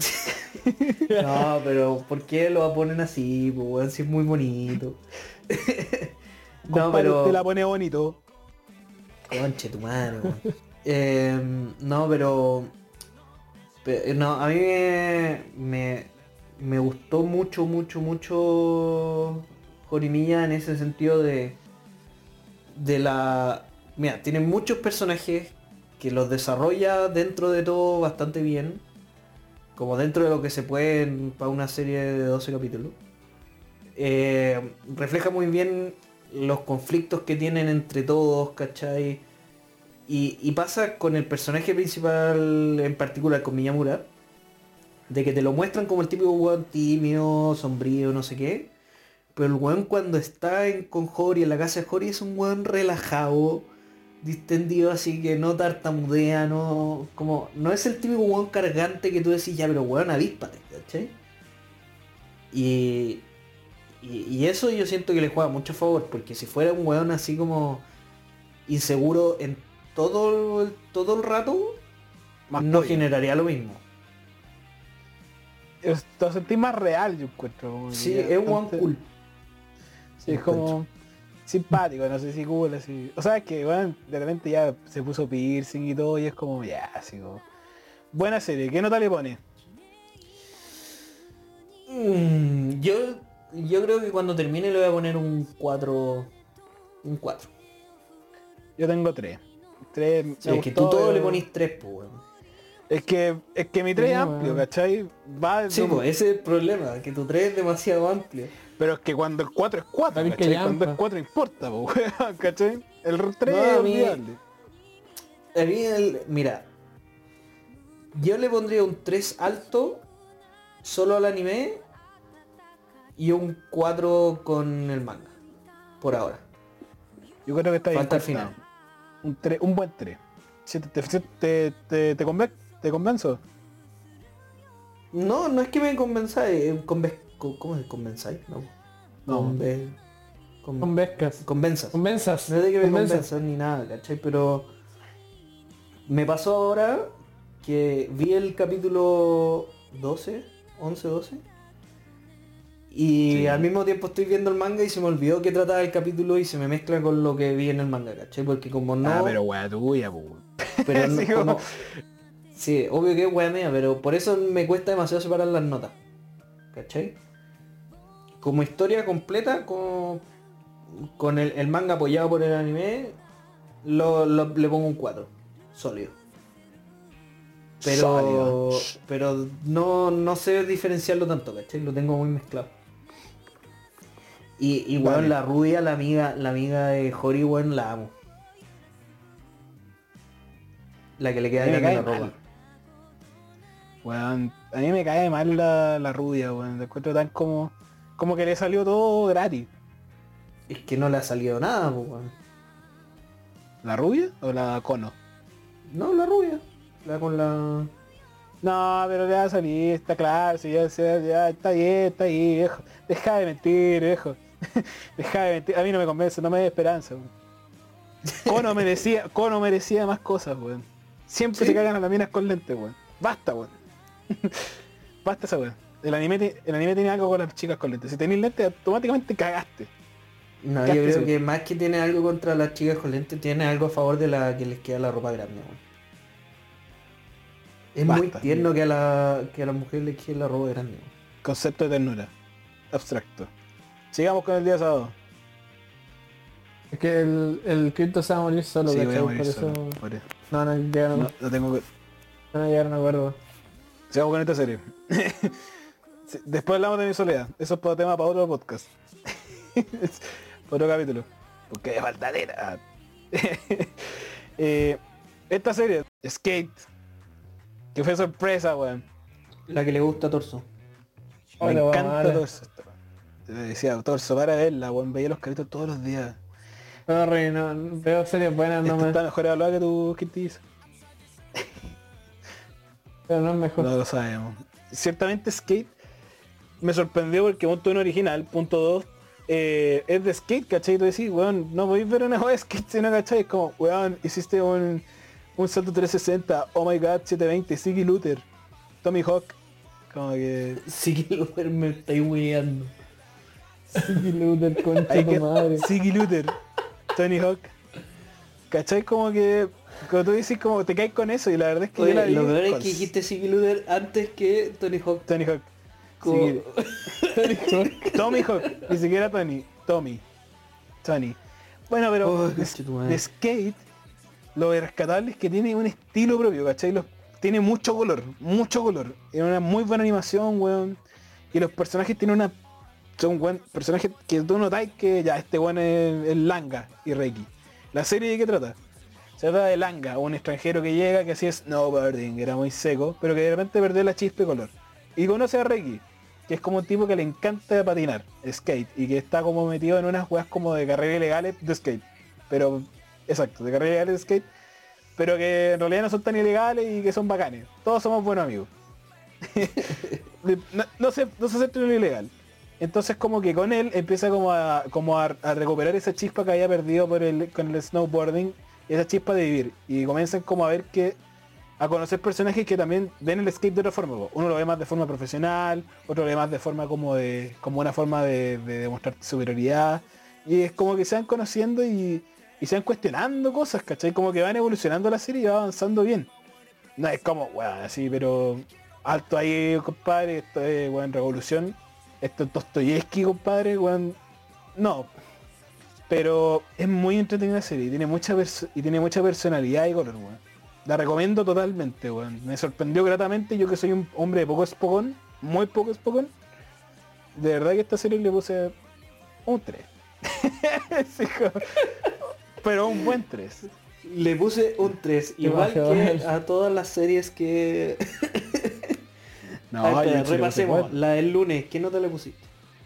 No, pero ¿por qué lo ponen así? Pues weón, si es muy bonito. No, Compadre, pero... usted la pone bonito. Conche tu madre, weón. Eh, no, pero... pe- No, a mí me, me, me gustó mucho, mucho, mucho Jorimilla en ese sentido de... De la... Mira, tiene muchos personajes que los desarrolla dentro de todo bastante bien. Como dentro de lo que se puede en- para una serie de doce capítulos. Eh, refleja muy bien los conflictos que tienen entre todos, ¿cachai? Y, y pasa con el personaje principal en particular, con Miyamura, de que te lo muestran como el típico weón tímido, sombrío, no sé qué. Pero el weón cuando está en, con Hori, en la casa de Hori, es un weón relajado, distendido, así que no tartamudea, no... Como, no es el típico weón cargante que tú decís, ya, pero weón, avíspate, ¿cachai? Y, y, y eso yo siento que le juega mucho a favor, porque si fuera un weón así como inseguro en todo el, todo el rato, Más no pollo. generaría lo mismo. Es- Lo sentí más real, yo encuentro. Como que Sí, ya es un weón bastante- cool. Sí, es como simpático, no sé si cool, así. O sea, es que, bueno, de repente ya se puso piercing y todo y es como, ya, así como... Buena serie, ¿qué nota le pone? Mm, yo, yo creo que cuando termine le voy a poner un cuatro. Un cuatro. Yo tengo tres. Tres me Sí, es que tú gustó, todo le pero- ponís tres, pues, weón. Es que, es que mi tres Sí, es amplio, weón. ¿cachai? Va desde Sí, un- pues ese es el problema, que tu tres es demasiado amplio. Pero es que cuando el cuatro es cuatro, Sabes que ¿cachai? ya, Cuando es pa. cuatro importa, po, weón, ¿cachai? El tres No, es a mí- olvidable. A mí el- mira, yo le pondría un tres alto solo al anime y un cuatro con el manga. Por ahora. Yo creo que está bien Falta el cortado. final. Un, tres, un buen tres. Si te, te, te, te, te conven- te convenzo. No, no es que me convenzáis. eh, conve- co- ¿Cómo es convenzáis? No. No. Conve- con- Con vescas. convenzas. Convenzas. No es de que me Convenzas. convenzas ni nada, ¿cachai? Pero me pasó ahora que vi el capítulo doce, once, doce. Y Sí. al mismo tiempo estoy viendo el manga y se me olvidó que trataba el capítulo y se me mezcla con lo que vi en el manga, ¿cachai? Porque como no... Ah, pero weá tuya, po. pero no- Sí, como- como- sí, obvio que es wea mía, pero por eso me cuesta demasiado separar las notas. ¿Cachai? Como historia completa, con, con el, el manga apoyado por el anime, lo, lo- le pongo un cuatro. Sólido. Pero, Sólido. pero no, no sé diferenciarlo tanto, ¿cachai? Lo tengo muy mezclado. Y, y weón, Vale. la rubia, la amiga, la amiga de Hori, weón, la amo. La que le queda A mí me grande la cae ropa. mal. Weón, a mí me cae mal la, la rubia, weón. La encuentro tan como... Como que le salió todo gratis. Es que no le ha salido nada, pues, weón. ¿La rubia o la cono? No, la rubia. La con la... No, pero le va a salir, está claro, si ya, ya, ya está bien, está ahí, viejo. Deja de mentir, viejo. Deja de mentir. A mí no me convence, no me da esperanza, weón. Kono merecía, Kono merecía más cosas, weón. Siempre ¿Sí? se cagan a las minas con lentes, weón. Basta, weón. Basta esa weón. El anime, te- el anime tiene algo con las chicas con lentes. Si tenés lentes, automáticamente cagaste. No, ¿Qué yo haces, creo güey? que más que tiene algo contra las chicas con lentes, tiene algo a favor de la que les queda la ropa grande, weón. Es muy Basta. tierno que a la que a las mujeres les quede la ropa grande, weón. Concepto de ternura. Abstracto. Sigamos con el día sábado. Es que el, el Crypto se va a morir solo, Sí, voy a ¿cachai? morir Por solo, eso por eso. no, no llegaron, No, no, no tengo que... no llegaron a acuerdo. Sigamos con esta serie. Sí, después hablamos de mi soledad. Eso es para tema para otro podcast. Para otro capítulo. Porque es faltadera. Eh, esta serie, Skate, que fue sorpresa, weón. La que le gusta a Torso. Me Hola, encanta vale. Torso. Le decía, Torso, para verla, weón. Veía los caritos todos los días. Sorry, no, veo series buenas Esto nomás, está mejor evaluado que tu Kitties. pero no es mejor. No lo sabemos. Ciertamente Skate me sorprendió porque punto uno original, punto dos, eh, es de Skate, ¿cachai? Y tú decís, weón, no podéis ver una juega de Skate si no, ¿cachai? Es como, weón, hiciste un, un salto trescientos sesenta, oh my god, setecientos veinte, Siggy Luther, Tommy Hawk. Como que... Sí que lo me estáis weando. Siggy Luther, concha Hay tu que... madre. Siggy Luther, Tony Hawk. ¿Cachai? Como que... Como tú dices, como te caes con eso y la verdad es que Oye, yo la vi lo peor es con que dijiste Siggy Luther antes que Tony Hawk. Tony Hawk. Como- Siggy- Tommy Hawk, ni siquiera Tony, Tommy. Tony. Bueno, pero Oh, de, concha tu madre. de Skate, lo rescatable es que tiene un estilo propio, ¿cachai? Los, tiene mucho color, mucho color. Es una muy buena animación, weón. Y los personajes tienen una... Son buen personajes que tú notáis que ya este weón es, es Langa y Reiki. ¿La serie de qué trata? Se trata de Langa, un extranjero que llega, que así es snowboarding, que era muy seco, pero que de repente perdió la chispa de color. Y conoce a Reiki, que es como un tipo que le encanta patinar, skate, y que está como metido en unas weas como de carreras ilegales de skate. Pero, exacto, de carreras ilegales de skate, pero que en realidad no son tan ilegales y que son bacanes. Todos somos buenos amigos. no, no se, no se acepta lo ilegal. Entonces como que con él empieza como a, como a, a recuperar esa chispa que había perdido por el, con el snowboarding, esa chispa de vivir. Y comienzan como a ver que a conocer personajes que también ven el skate de otra forma. Uno lo ve más de forma profesional, otro lo ve más de forma como de como una forma de, de demostrar superioridad. Y es como que se van conociendo y, y se van cuestionando cosas, ¿cachai? Como que van evolucionando la serie y va avanzando bien. No es como, bueno, así, pero alto ahí, compadre, esto es, weón, revolución. Esto es Dostoyevsky, compadre, weón. No. Pero es muy entretenida la serie y tiene mucha perso- y tiene mucha personalidad y color, weón. La recomiendo totalmente, weón. Me sorprendió gratamente, yo que soy un hombre de poco espocón, muy poco espocón. De verdad que esta serie le puse un tres. Sí, como- pero un buen tres. Le puse un tres, Qué igual bajo, que eh. a todas las series que... No, A ver, espera, yo sí le puse repasemos. cuatro. La del lunes, ¿qué nota le pusiste?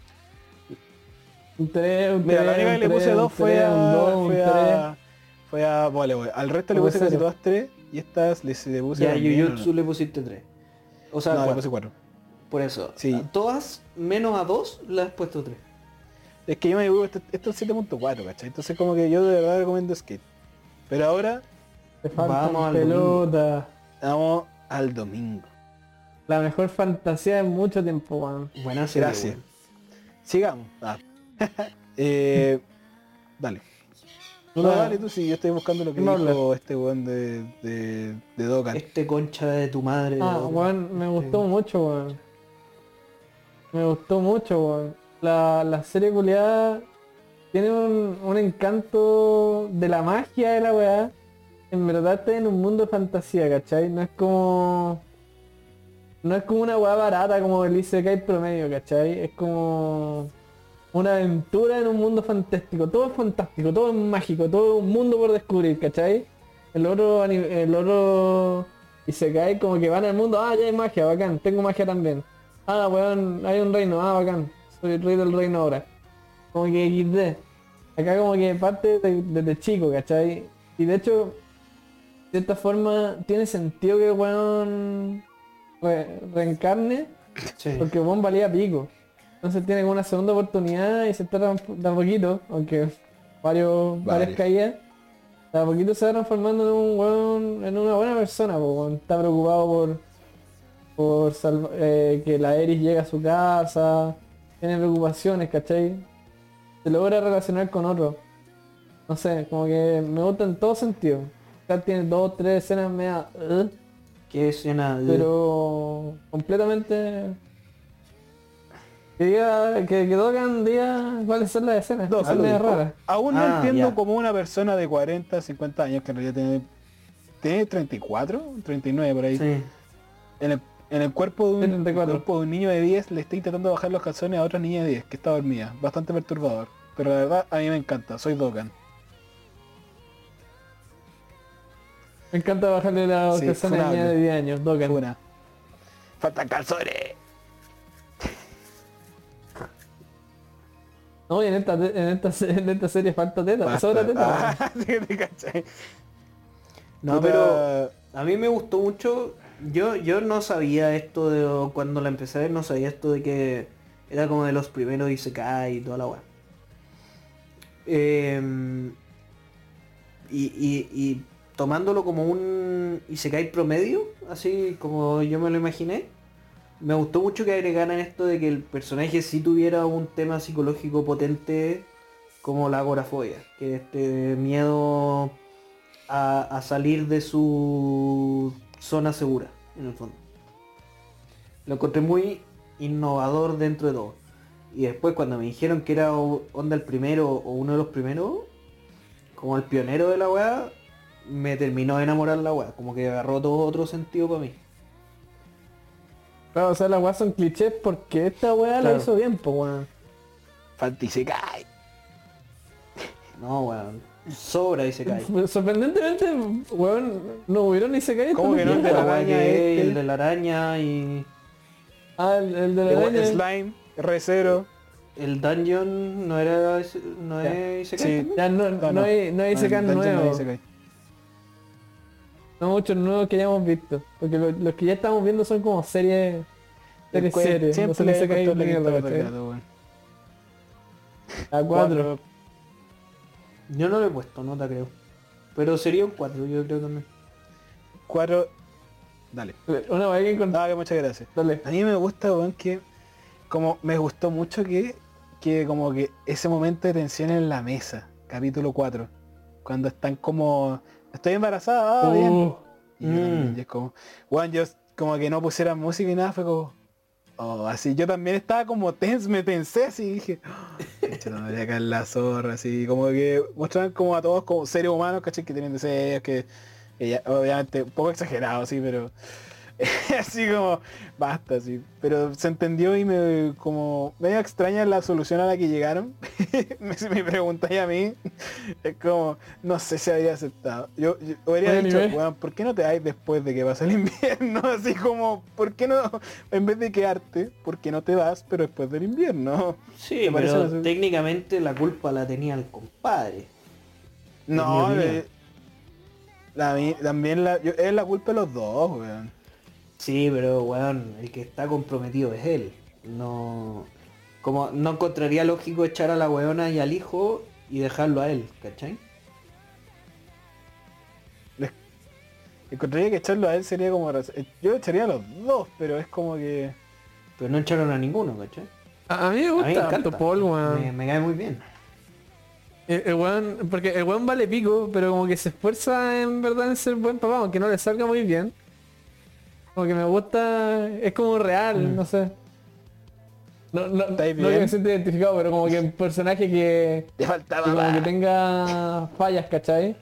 Un tres, un Mira, tres, la única que un le puse tres, dos un fue tres, a... un dos, un fue tres. a... Fue a... Vale, vale. Al resto le Fue puse casi cero. todas tres y estas le, le puse Y a también, Jujutsu ¿o le pusiste tres. O sea, no? No, le cuatro. puse cuatro. Por eso. Sí. A todas menos a dos le has puesto tres. Es que yo me digo, esto, esto es siete punto cuatro, ¿cachai? Entonces como que yo de verdad recomiendo Skate. Pero ahora Te faltan Vamos al pelotas. vamos al domingo. La mejor fantasía en mucho tiempo, weón. Buena serie, Gracias. weón. Sigamos. Ah. eh, dale. No, Ah. dale tú, sí, yo estoy buscando lo que No dijo este weón de, de, de Dokkan. Este concha de tu madre. Ah, weón. weón, me gustó mucho, weón. Me gustó mucho, weón. La, la serie culiada tiene un, un encanto de la magia de la weá. En verdad está en un mundo de fantasía, ¿cachai? No es como... No es como una weá barata como el Isekai promedio, ¿cachai? Es como... Una aventura en un mundo fantástico. Todo es fantástico, todo es mágico, todo es un mundo por descubrir, ¿cachai? El otro, ani- el otro Isekai como que van al mundo, ah, ya hay magia, bacán, tengo magia también. Ah, weón, hay un reino, ah, bacán, soy el rey del reino ahora. Como que equis de. Acá como que parte de- desde chico, ¿cachai? Y de hecho, de cierta forma, tiene sentido que el weón re- reencarne, Sí. porque el weón valía pico. Entonces tiene como una segunda oportunidad y se está transf- de a poquito, aunque varios, varias Varias. caídas, de a poquito se va transformando en un weón, en una buena persona, po, weón. Está preocupado por, por salv- eh, que la Eris llegue a su casa, tiene preocupaciones, ¿cachai? Se logra relacionar con otros. No sé, como que me gusta en todo sentido. Acá tiene dos, tres escenas media, "Ugh", Qué escena de... pero completamente... Que diga, que, que Dokkan diga cuáles son las escenas, No, que son salud. medias raras. Aún no Ah, entiendo ya. cómo una persona de cuarenta, cincuenta años, que en realidad tiene, tiene treinta y cuatro, treinta y nueve por ahí, Sí. en, el, en el cuerpo de un, treinta y cuatro. cuerpo de un niño de diez le está intentando bajar los calzones a otra niña de diez que está dormida. Bastante perturbador. Pero la verdad a mí me encanta, soy Dokkan. Me encanta bajarle la Sí, calzones a niña funable. de diez años, Dokken. Una. Faltan calzones. No, y en esta, te- en esta, se- en esta serie falta teta, Basta. sobra teta. weón. Ah, sí, te cachai. No, Puta, pero a mí me gustó mucho. Yo, yo no sabía esto de cuando la empecé a ver, no sabía esto de que era como de los primeros Isekai y toda la weá. Em, y, y, y tomándolo como un Isekai promedio, así como yo me lo imaginé, me gustó mucho que agregaran esto de que el personaje sí tuviera un tema psicológico potente como la agorafobia, que este miedo a, a salir de su zona segura, en el fondo. Lo encontré muy innovador dentro de todo. Y después cuando me dijeron que era o- onda el primero o uno de los primeros, como el pionero de la weá, me terminó de enamorar la weá. Como que agarró todo otro sentido para mí. Claro, o sea, las weas son clichés porque esta wea la Claro. hizo bien, pues weón. falta y se cae. No, weón. Sobra y se cae. Sorprendentemente, weón, no hubieron ni se cae. ¿Cómo que no? El de la araña este. El de la araña y Ah, el, el de la De araña. Slime, R cero. el dungeon no era ese- no Ya. es Isekai Sí. también? Ya no, no, No, no. hay, no hay Isekai el Dungeon no nuevos. hay Isekai. No muchos nuevos que hayamos visto. Porque lo- los que ya estamos viendo son como series. Series Después, series. No siempre son le Isekai cortó la ni quinta mierda, pata al ¿cachai? gato, weón. A cuatro. Yo no le he puesto nota, creo. Pero sería un cuatro, yo creo también. Cuatro. Dale. Una vez que encontré. Ah, que muchas gracias. Dale. A mí me gusta, weón, que como me gustó mucho que, que como que ese momento de tensión en la mesa, capítulo cuatro, cuando están como, estoy embarazada, ah, bien. Uh, Y, yo también, Mm. y es como, weón, yo como que no pusiera música y nada, fue como, oh, así, yo también estaba como tense, me tensé así, y dije, oh, no me voy a caer la zorra, así, como que mostraban como a todos como seres humanos, ¿cachai? Que tienen deseos, que, que ya- obviamente, un poco exagerado, sí, pero así como, basta, sí. Pero se entendió y me como medio extraña la solución a la que llegaron. Me- si me preguntáis a mí, es como, no sé si habría aceptado. Yo, yo habría Oye, dicho, nivel. weón, ¿por qué no te vais después de que pasa el invierno? Así como, ¿por qué no, en vez de quedarte, ¿por qué no te vas, pero después del invierno? Sí, ¿Te parece pero la- técnicamente la culpa la tenía el compadre. No, mi opinión. eh, la mi- también la, yo- es la culpa de los dos, weón. Sí, pero weón, el que está comprometido es él. No. Como no encontraría lógico echar a la weona y al hijo y dejarlo a él, ¿cachai? Encontraría que echarlo a él sería como... raz- eh, Yo echaría a los dos, pero es como que... Pero no echaron a ninguno, ¿cachai? a, a mí me A mí me gusta encanta. harto Paul, weón. Me, me cae muy bien. El, el weón, porque el weón vale pico, pero como que se esfuerza en verdad en ser buen papá, aunque no le salga muy bien. Como que me gusta, es como real, Mm. no sé. No, no, no ¿Estáis que me bien? sienta identificado, pero como que un personaje que, Te que faltaba como que más. tenga fallas, ¿cachai?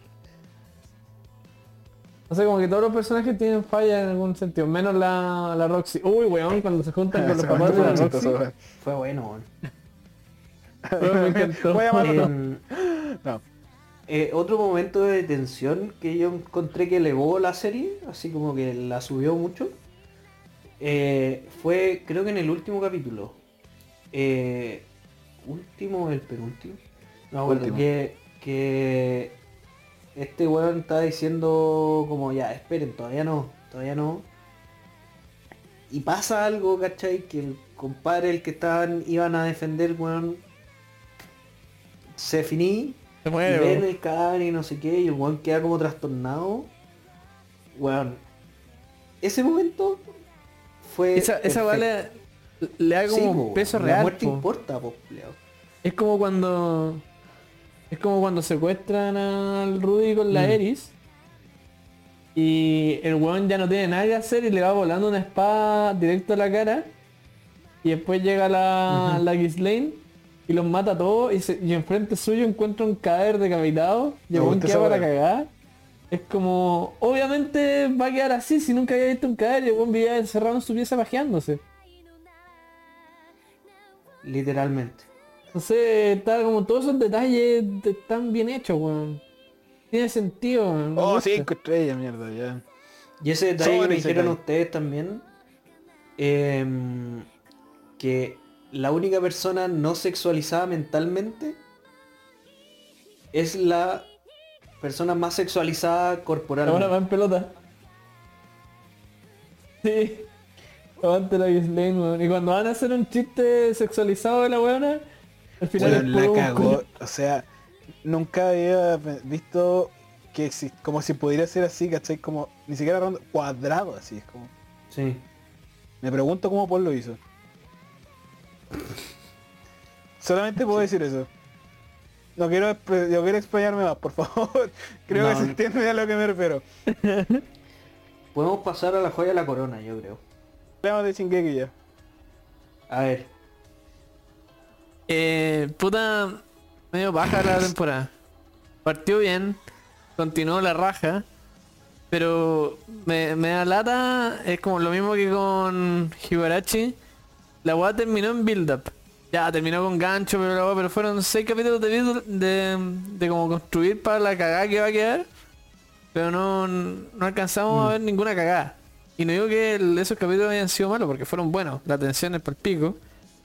No sé, como que todos los personajes tienen fallas en algún sentido, menos la, la Roxy. Uy, weón, cuando se juntan con los Se papás de fue la muy Roxy. chistoso, weón. Fue bueno, weón. Weón, me encantó. Voy a llamar otro. Em, No. eh, otro momento de tensión que yo encontré que elevó la serie, así como que la subió mucho, eh, fue creo que en el último capítulo. Eh, último o el penúltimo. No me acuerdo, Último. que, que este weón está diciendo como ya, esperen, todavía no, todavía no. Y pasa algo, ¿cachai? Que el compadre, el que estaban, iban a defender, weón, se finí. Se Y muere, ven weón. el cadáver y no sé qué, y el weón queda como trastornado. Weón. Ese momento fue. Esa, esa weá le, le da Sí, como po, peso la real. muerte po. importa, po, culiao. Es como cuando. Es como cuando secuestran al Rudy con la Mm. Eris. Y el weón ya no tiene nada que hacer y le va volando una espada directo a la cara. Y después llega la, Ujú. la Ghislaine y los mata a todos. Y, se- y enfrente suyo encuentra un cadáver decapitado. Y el Me weón gusta queda esa para weá. cagar. Es como. Obviamente va a quedar así si nunca había visto un cadáver y el weón vivía encerrado en su pieza pajeándose. Literalmente. Entonces está como todos esos detalles de- están bien hechos, weón. tiene sentido. me Oh, gusta. cinco estrellas, mierda, ya. Y ese detalle que Sobre me ese dijeron cae. ustedes también, em, que la única persona no sexualizada mentalmente es la persona más sexualizada La buena corporalmente. va en pelota. Sí. Aguante la Ghislaine, weón. Y cuando van a hacer un chiste sexualizado de la weona, al final Weón, es la puro cagó. músculo. O sea, nunca había visto que exist- como si pudiera ser así, ¿cachai? Como ni siquiera redondo, cuadrado así, es como. Sí. Me pregunto cómo Paul lo hizo. Solamente puedo decir eso. No quiero, expre- yo quiero explayarme más, por favor. Creo No, que se no. entiende a lo que me refiero. Podemos pasar a la joya de la corona, yo creo. Hablamos de Shingeki ya. A ver. Eh, puta, medio baja la temporada. Partió bien, continuó la raja, pero me, me da lata, es como lo mismo que con Higurashi. La weá terminó en build-up. Ya, terminó con gancho, pero la weá, pero fueron seis capítulos de, build- de, de como construir para la cagada que va a quedar. Pero no, no alcanzamos a ver ninguna cagada. Y no digo que el- esos capítulos hayan sido malos, porque fueron buenos. La tensión es palpico.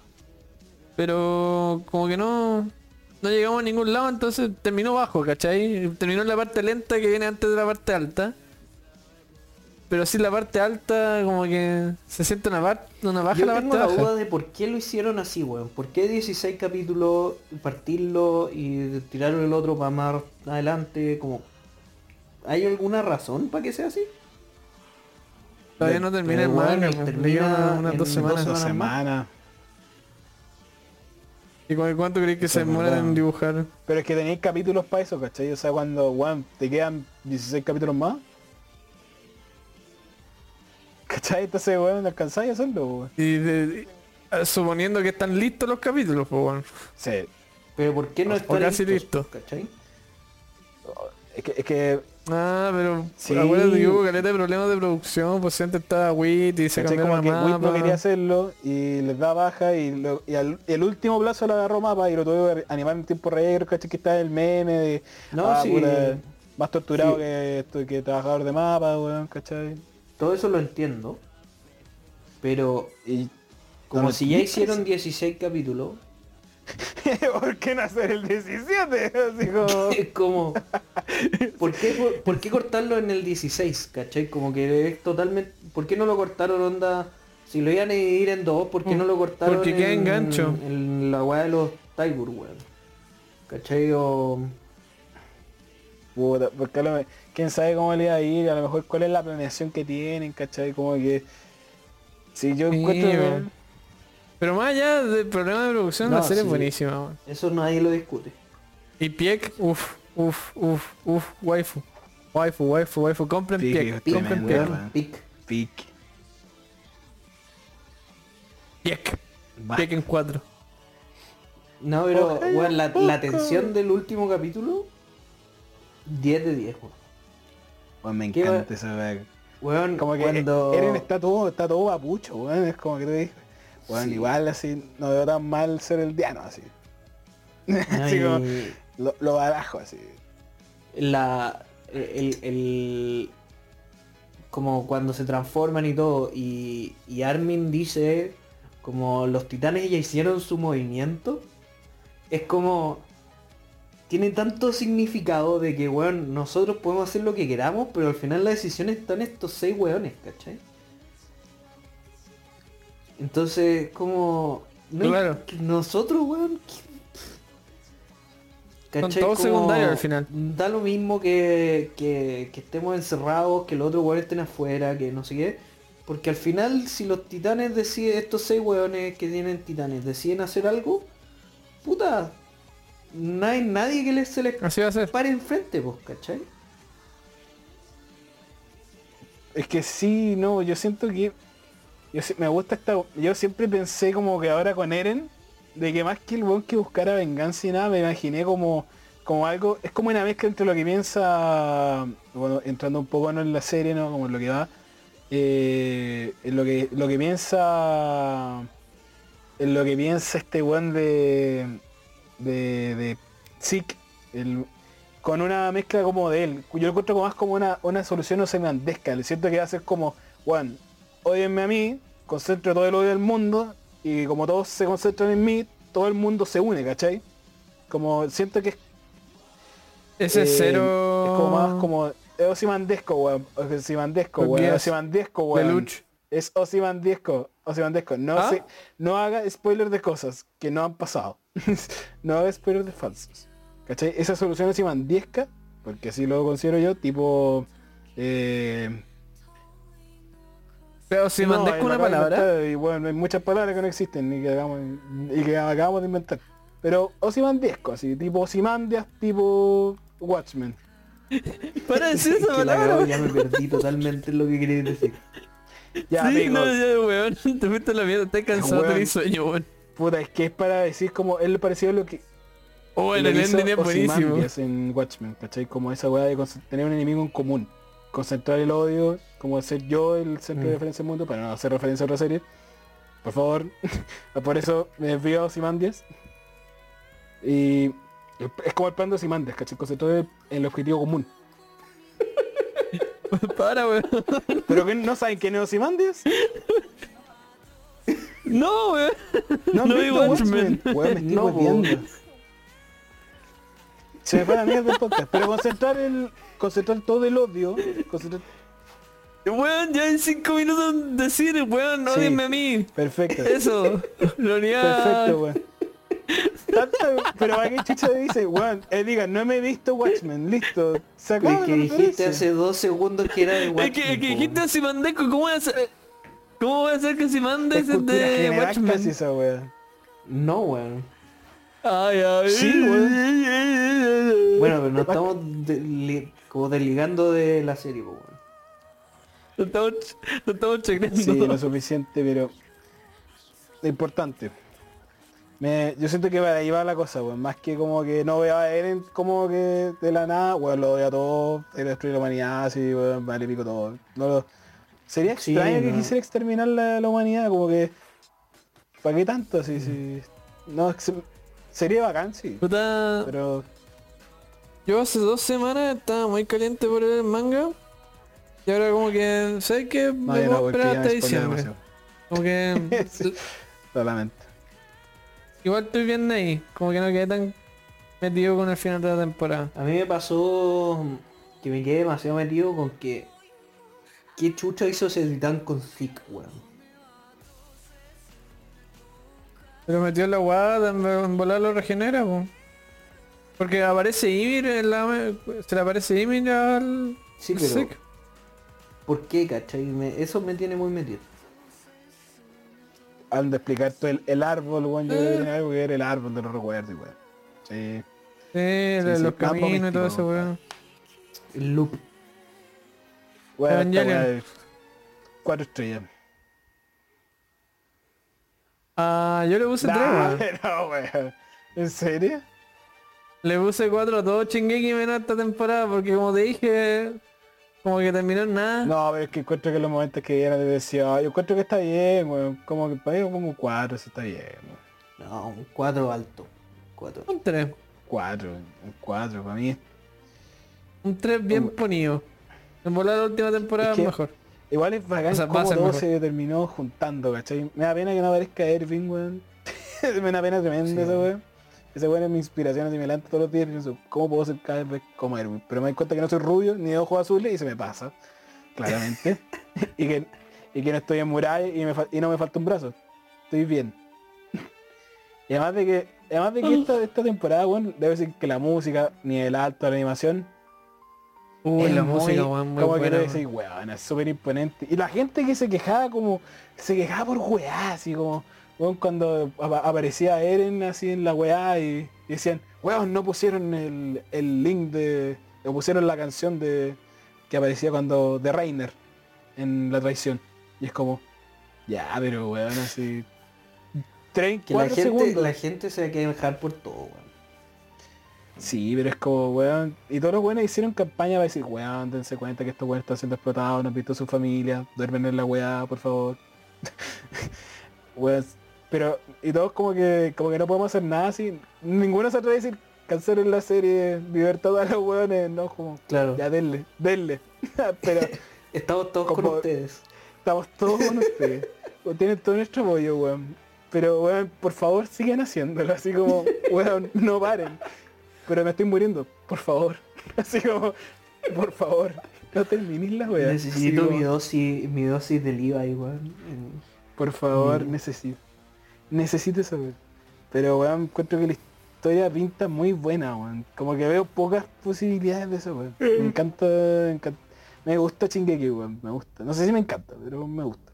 Pero como que no no llegamos a ningún lado, entonces terminó bajo, ¿cachai? Terminó en la parte lenta que viene antes de la parte alta. Pero sí la parte alta como que se siente una, par- una baja Yo la tengo parte la baja. duda de por qué lo hicieron así, weón. ¿Por qué dieciséis capítulos, partirlo y tirar el otro para más adelante? Como... ¿Hay alguna razón para que sea así? Todavía no termina el Pero, weón, manga, y pues, le termina quedan unas, unas en dos dos semanas. semanas. Dos más. semanas. ¿Y cu- cuánto crees que Eso se es demoran verdad. en dibujar? Pero es que tenéis capítulos para eso, ¿cachai? O sea, cuando, weón, te quedan dieciséis capítulos más. ¿Cachai? Entonces, weón, no alcanzáis a hacerlo, weón. Y de- y- suponiendo que están listos los capítulos, pues bueno. Sí. Pero ¿por qué no O está casi listo? listo. ¿Cachai? Es que, es que Ah, pero Sí. acuérdate que hubo caleta de problemas de producción, pues si antes estaba Wit y se ¿cachai? cambiaron Como que la Wit no mapa. quería hacerlo y les da baja y, lo- y al, y el último plazo lo agarró mapa y lo tuve que animar en tiempo real, ¿cachai? Que está el meme de No, ah, sí. puta, más torturado Sí. que, esto- que trabajador de mapa, weón, ¿cachai? Todo eso lo entiendo. Pero Y como no lo si ya entiendo, hicieron dieciséis capítulos, ¿por qué no hacer el diecisiete? Así como... es como... ¿Por qué, por, por qué cortarlo en el dieciséis? ¿Cachai? Como que es totalmente... ¿Por qué no lo cortaron onda? Si lo iban a dividir en dos, ¿por qué no lo cortaron Porque queda en, engancho. en la weá de los Tiger, weón? ¿Cachai? O... Puta, porque a lo me- quién sabe cómo le iba a ir, a lo mejor cuál es la planeación que tienen, ¿cachai? Como que... Si yo Sí, encuentro que... weón. Pero más allá del problema de producción, No, la serie sí. es buenísima, weón. Eso nadie lo discute. Y Pieck, uff, uff, uff, uff, waifu. Waifu, waifu, waifu. Compren Sí, Pieck, que es compren tremendo, Pieck. weón. Pic. Pic. Pieck. Va. Pieck en cuatro. No, pero Ojalá weón, la, poco. la tensión del último capítulo, diez de diez, weón. Weón, me ¿Qué encanta va- esa weá. Weón, Como que cuando... Eren está todo, está todo papucho, weón. Es como que tú dices, weón, Sí. igual así, no veo tan mal ser el diano así. así Ay, como, lo, lo barajo así. la el, el como cuando se transforman y todo y, y Armin dice como los titanes ya hicieron su movimiento, es como tiene tanto significado de que weón, nosotros podemos hacer lo que queramos, pero al final la decisión está en estos seis weones, ¿cachai? Entonces como no, Claro. que nosotros weón, Son ¿cachai? todos Como secundarios al final. Da lo mismo que, que, que estemos encerrados, que los otros weones estén afuera, que no sé qué. Porque al final, si los titanes deciden, estos seis weones que tienen titanes, deciden hacer algo, puta, no hay nadie que les, se les Así va a ser. pare enfrente, pues, ¿cachai? Es que sí, no, yo siento que yo si- me gusta esta, yo siempre pensé como que ahora con Eren, de que más que el weón que buscara venganza y nada, me imaginé como, como algo, es como una mezcla entre lo que piensa, bueno, entrando un poco ¿no? en la serie, ¿no? Como en lo que va, eh, en lo que, lo que piensa, en lo que piensa este weón de, de, de Zeke, el, con una mezcla como de él. Yo lo encuentro como más como una, una solución osimandesca. Le siento que va a ser como, bueno, ódienme a mí, concentro todo el odio del mundo, y como todos se concentran en mí, todo el mundo se une, ¿cachai? Como siento que es, Ese es eh, cero. es como más como es osimandesco, weón. Osimandesco, Porque weón. es Osimandesco, weón. Peluche. Es osimandesco, osimandesco. No ¿Ah? se, no haga spoiler de cosas que no han pasado. No haga spoiler de falsos. ¿Cachai? Esa solución osimandesca, porque así lo considero yo, tipo... Eh, Pero si no, mandé lo con una acabo de palabra. inventar, y bueno, hay muchas palabras que no existen y que, hagamos, y que acabamos de inventar. Pero osimandesco, así, tipo Osimandias, tipo Watchmen. Para decir esa Que la palabra. cagó, ya me perdí totalmente en lo que querías decir. Ya, Sí, amigo, no, ya, weón. Te fuiste a la mierda, estás cansado, Weón. tenés sueño, weón. puta, es que es para decir como él le pareció lo que... Oh, bueno, lo el que hizo ending es buenísimo. Ozymandias en Watchmen, ¿cachai? Como esa weá de conce- tener un enemigo en común. Concentrar el odio, como ser yo el centro de Mm. referencia del mundo, para no hacer referencia a otra serie. Por favor. Por eso me desvío a Ozymandias. Y es como el plan de Ozymandias, ¿cachai? Concentrar el, el objetivo común. Para, weón. ¿Pero que no saben quién es Ozymandias? No, weón. No, No han vi visto Watchmen. Weón, me estoy No, hueveando. po. Se me fue la mierda el podcast. Pero concentrar el. Concentrar todo el odio. Concentrar... Weón, ya en cinco minutos decir, weón, no Sí. odienme a mí. Perfecto. Eso. La unidad. Perfecto, weón. Tanto- pero ¿para qué chucha dice, weón? Eh, diga, no me he visto Watchmen, listo. Se acaba Es que la dijiste referencia. hace dos segundos que era de Es Watchmen. que, es que po. dijiste si Mandeco, ¿cómo voy a hacer? ¿Cómo voy a hacer que si Mandeco Es es cultura de general casi Watchmen? esa weón. No, weón. Ay, ay. Sí, weón. Bueno, pero no estamos de- li- como desligando de la serie, po, weón. Lo estamos, lo estamos chequeando. Sí, lo suficiente, pero... Lo importante. Me, yo siento que para ahí va la cosa, weón. Más que como que no vea a Eren como que de la nada, weón, lo odia todo, quiere destruir la humanidad, así, weón, vale pico todo. No lo... Sería Sí, extraño que no. quisiera exterminar la, la humanidad, como que... ¿Para qué tanto? Así, sí. No, se- sería bacán, sí. Puta, Pero... yo hace dos semanas estaba muy caliente por el manga. Y ahora como que, ¿sabes qué? No, Me yo voy no, a porque esperar ya hasta me spoilé diciembre. demasiado. Como que... Sí. Solamente. igual estoy bien ahí. Como que no quedé tan metido con el final de la temporada. A mí me pasó que me quedé demasiado metido con que... ¿Qué chucha hizo ese titán con Zeke, weón? Pero metió en la guada, en en volar lo regenera, po. Porque aparece Ymir, en la, se le aparece Ymir al... Sí, al pero... Zeke. ¿Por qué, cachai? Me- eso me tiene muy metido. Han de explicar todo el, el árbol, weón, yo creo que Eh. tiene algo que ver el árbol de los recuerdos, weón. Sí. Sí, de sí, los más caminos y todo eso, doméstico, weón. El loop. Weón, esta Evangelion. weá es cuatro estrellas. Ah, yo le puse tres, Nah, weón. no, weón. ¿En serio? Le puse cuatro a todo Shingeki menos esta temporada porque como te dije, como que terminó en nada. No, pero es que encuentro que los momentos que vienen te decía, "Ay, yo encuentro que está bien, weón. Como que para mí como cuatro, sí está bien, weón. No, un cuatro alto. cuatro. Un tres. Cuatro, un cuatro, para mí. Un tres bien Uh. ponido. En volar la última temporada Es que- mejor. Igual es bacán O sea, va a cómo ser todo mejor. se terminó juntando, ¿cachai? Me da pena que no aparezca Ervin, weón. Me da pena tremenda Sí. esa weón. Ese weón es mi inspiración, así me levanto todos los días y pienso, ¿cómo puedo ser cada vez como Erwin? Pero me doy cuenta que no soy rubio, ni de ojos azules y se me pasa, claramente. y, que, y que no estoy en Murai y, me fa- y no me falta un brazo. Estoy bien. y además de que, además de que esta, esta temporada, weón, debe ser que la música, ni el alto de la animación, Uy, es la muy- música, weón, muy como que buena. te weón. decís, weón, es súper imponente. Y la gente que se quejaba como, se quejaba por weá, así como, weón, cuando apa- aparecía Eren así en la weá y, y decían, weón, no pusieron el, el link de, o pusieron la canción de, que aparecía cuando, de Reiner, en la traición. Y es como, ya, pero weón, así, tres, Que la cuatro gente, segundos. la gente se va a quejar por todo, weón. Sí, pero es como, weón, y todos los weones hicieron campaña para decir, weón, dense cuenta que estos weones están siendo explotados, no han visto a su familia, duermen en la weá, por favor. weón, pero, y todos como que, como que no podemos hacer nada así, ninguno se atreve a decir cancelen la serie, libertad a los hueones, no, como, Claro. ya denle, denle. Pero Estamos todos Como- con ustedes. estamos todos con ustedes. O tienen todo nuestro apoyo, weón. Pero, weón, por favor, sigan haciéndolo. Así como, weón, no paren. Pero me estoy muriendo, por favor. Así como, por favor, no termines la weá. Así Necesito como, mi dosis, mi dosis de Levi, weón. En- Por favor, Mm. necesito. Necesito saber. Pero, weón, encuentro que la historia pinta muy buena, weón. Como que veo pocas posibilidades de eso, weón. Me encanta, me encanta. Me gusta Shingeki, weón. Me gusta. No sé si me encanta, pero me gusta.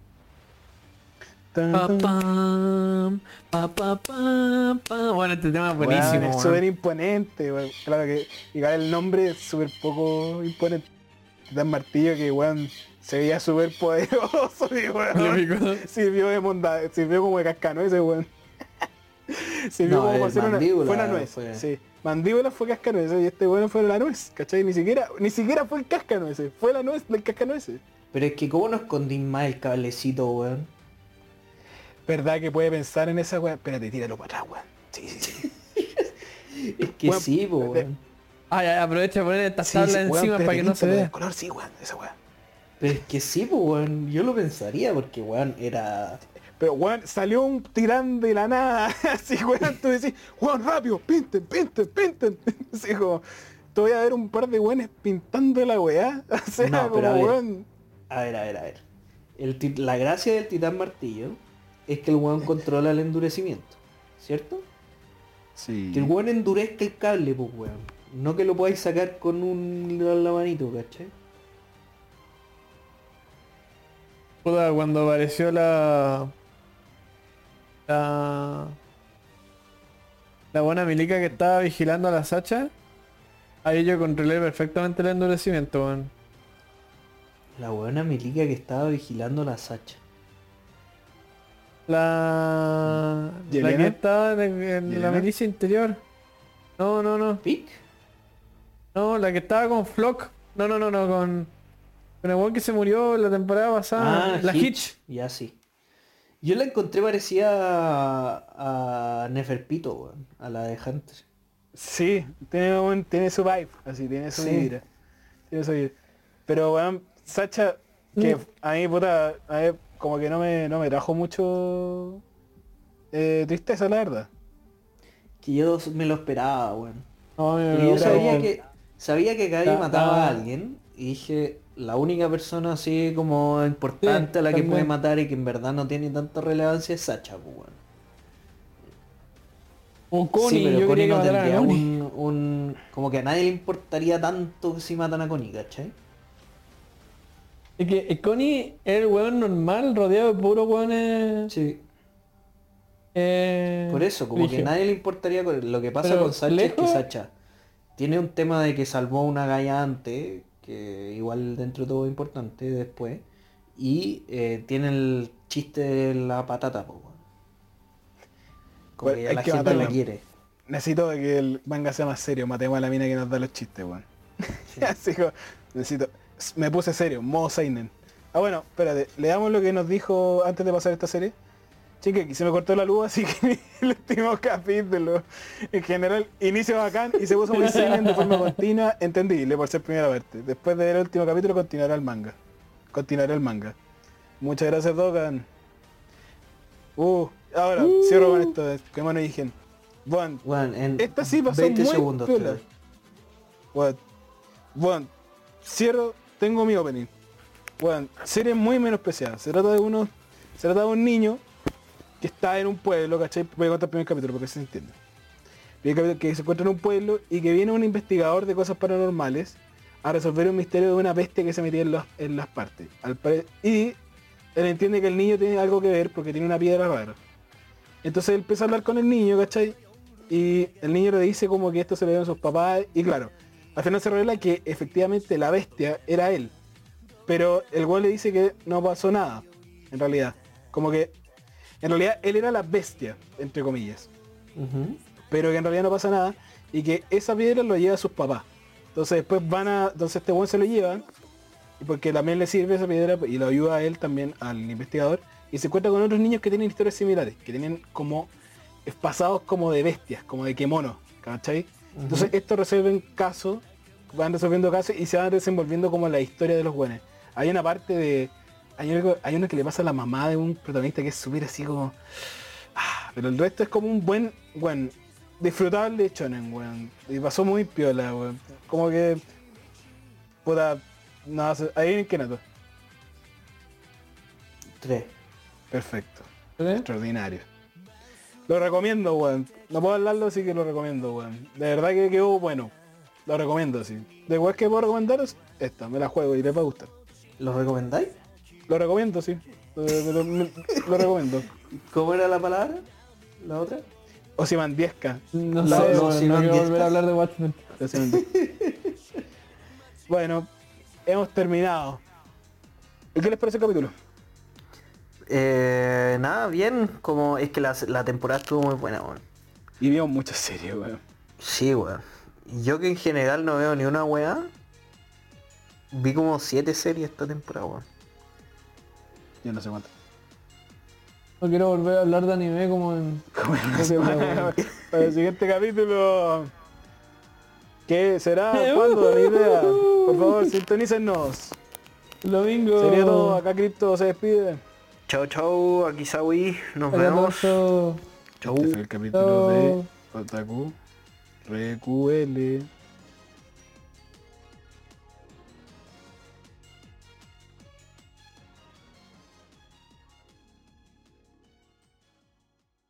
Tan, Pa, tan. pam, pa, pa, pam, pam. Bueno, este tema es buenísimo, Weón, es weón. súper imponente, weón. Claro que igual el nombre es súper poco imponente. Dan Martillo que, weón, se veía súper poderoso y, weón, Lógico. sirvió de monda, sirvió como de cascanueces, weón. Sirvió No, como el para hacer una, mandíbula fue una nuez. fue- Sí. Mandíbula fue cascanueces y este weón fue la nuez, ¿cachai? Ni siquiera, ni siquiera fue el cascanueces, fue la nuez del cascanueces. Pero es que cómo no escondí más el cablecito, weón. ¿Verdad que puede pensar en esa weón? Espérate, tíralo para atrás, weón. Sí, sí, sí. Es que Weón, sí, po, de- weón. Ah, ya, aprovecha de poner esta Sí, tabla sí, weón, encima espérate, para que no se píntalo de vea. color, sí, weón, esa weón. Pero es que sí, po, weón. Yo lo pensaría porque, weón, era... Pero, weón, salió un tirán de la nada. Así, weón, tú decís, weón, rápido, pinten, pinten, pinten. Así como, te voy a ver un par de weones pintando la weá. O sea, No, pero a como, ver. weón. A ver, a ver, a ver. El ti- la gracia del titán martillo es que el weón controla el endurecimiento, ¿cierto? Sí. Que el weón endurezca el cable, pues, weón. No que lo podáis sacar con un la manito, ¿cachai? Puta, cuando apareció la... La... La buena milica que estaba vigilando a la Sacha, ahí yo controlé perfectamente el endurecimiento, weón. La weona milica que estaba vigilando a la Sacha. La... La ¿Yelena? que estaba en, en la ¿Yelena? milicia interior. No, no, no. ¿Pic? No, la que estaba con Flock. No, no, no, no, con... Con el weón que se murió la temporada pasada. Ah, la Hitch. Ya sí. Yo la encontré parecida a, a Neferpito, weón. A la de Hunter. Sí, tiene, un- tiene su vibe, así, tiene su Sí. vibra. Tiene su vibra. Pero, weón, Sacha, que Mm. a mí, puta, a mí como que no me, no me trajo mucho eh, tristeza, la verdad. Que yo me lo esperaba, weón. No, me- Porque me- yo Era sabía como- que sabía que Gaby Ta- mataba ta- a alguien y dije, la única persona así como importante Sí, a la que también. puede matar y que en verdad no tiene tanta relevancia es Sacha, pues, weón. Un Connie, Sí, pero yo Connie quería que no mataran a tendría Connie. un, un... Como que a nadie le importaría tanto si matan a Connie, ¿cachai? Es que eh, Connie es el weón normal, rodeado de puros weones... Sí. eh, Por eso, como que brígidos. nadie le importaría con- lo que pasa Pero con Sacha es lejos- que Sacha tiene un tema de que salvó a una galla antes, que igual dentro de todo es importante después, y eh, tiene el chiste de la patata, po, weón. Como Bueno, que ya hay la que gente la matarla. quiere. Necesito que el manga sea más serio, matemos a la mina que nos da los chistes, weón. Sí. Así como, necesito. Me puse serio, modo Seinen. Ah, bueno, espérate, le damos lo que nos dijo antes de pasar esta serie. Chica, aquí se me cortó la luz, así que el último capítulo, en general, inicio bacán y se puso muy Seinen de forma continua, entendible por ser primera parte. Después de ver el último capítulo continuará el manga. Continuará el manga. Muchas gracias, Dogan. Uh, ahora, cierro con esto, que me dije. Bueno, Bueno, en esta sí pasó veinte muy segundos. te piola. doy. What? Bueno, cierro, tengo mi opening. Bueno, serie muy menospreciada. Se trata de uno, se trata de un niño que está en un pueblo, ¿cachai? Voy a contar el primer capítulo porque se entiende. El primer capítulo que se encuentra en un pueblo y que viene un investigador de cosas paranormales a resolver un misterio de una bestia que se metía en, los- en las partes. Al pare- y él entiende que el niño tiene algo que ver porque tiene una piedra rara. Entonces él empieza a hablar con el niño, ¿cachai? Y el niño le dice como que esto se le dio a sus papás. Y claro, al final se revela que efectivamente la bestia era él. Pero el güey le dice que no pasó nada, en realidad. Como que, en realidad él era la bestia, entre comillas. Ujú. Pero que en realidad no pasa nada. Y que esa piedra lo lleva a sus papás. Entonces después van a... Entonces este güey se lo llevan. Y porque también le sirve esa piedra y lo ayuda a él también, al investigador. Y se encuentra con otros niños que tienen historias similares. Que tienen como pasados como de bestias, como de quemonos, ¿cachai? Entonces estos resuelven casos, van resolviendo casos y se van desenvolviendo como la historia de los buenos. Hay una parte de... Hay uno, hay uno que le pasa a la mamá de un protagonista que es súper así como... Ah, pero el resto es como un buen, buen, disfrutable shonen, weón. Y pasó muy piola, weón. Como que... Puta... No, ahí que noto. Tres. Perfecto. ¿Eh? Extraordinario. Lo recomiendo, weón. No puedo hablarlo, así que lo recomiendo, weón. De verdad que quedó bueno. Lo recomiendo, sí. De weón que puedo recomendaros, esta, me la juego y les va a gustar. ¿Lo recomendáis? Lo recomiendo, sí. Lo, lo- lo- lo recomiendo. ¿Cómo era la palabra? ¿La otra? Ozymandiesca. No La- sé, no, weón, si no van quiero diez volver a casas. hablar de Watchmen. Ozymandiesca. Bueno, hemos terminado. ¿Y qué les parece el capítulo? Eh, nada, bien. Como es que la, la temporada estuvo muy buena, weón. Y vimos muchas series, weón. Sí, weón. Yo que en general no veo ni una weá. Vi como siete series esta temporada, weón. Yo no sé cuánto. No quiero volver a hablar de anime como en... Como en una Creo que semana. weón. Para el siguiente capítulo. ¿Qué será? ¿Cuándo? Ni idea. Por favor, sintonícennos. Domingo. Sería todo. Acá Crypto se despide. Chao, chao. Aquí Sawi. Nos Hasta vemos. pronto. Chau. Este fue el capítulo de Otaku Recuele.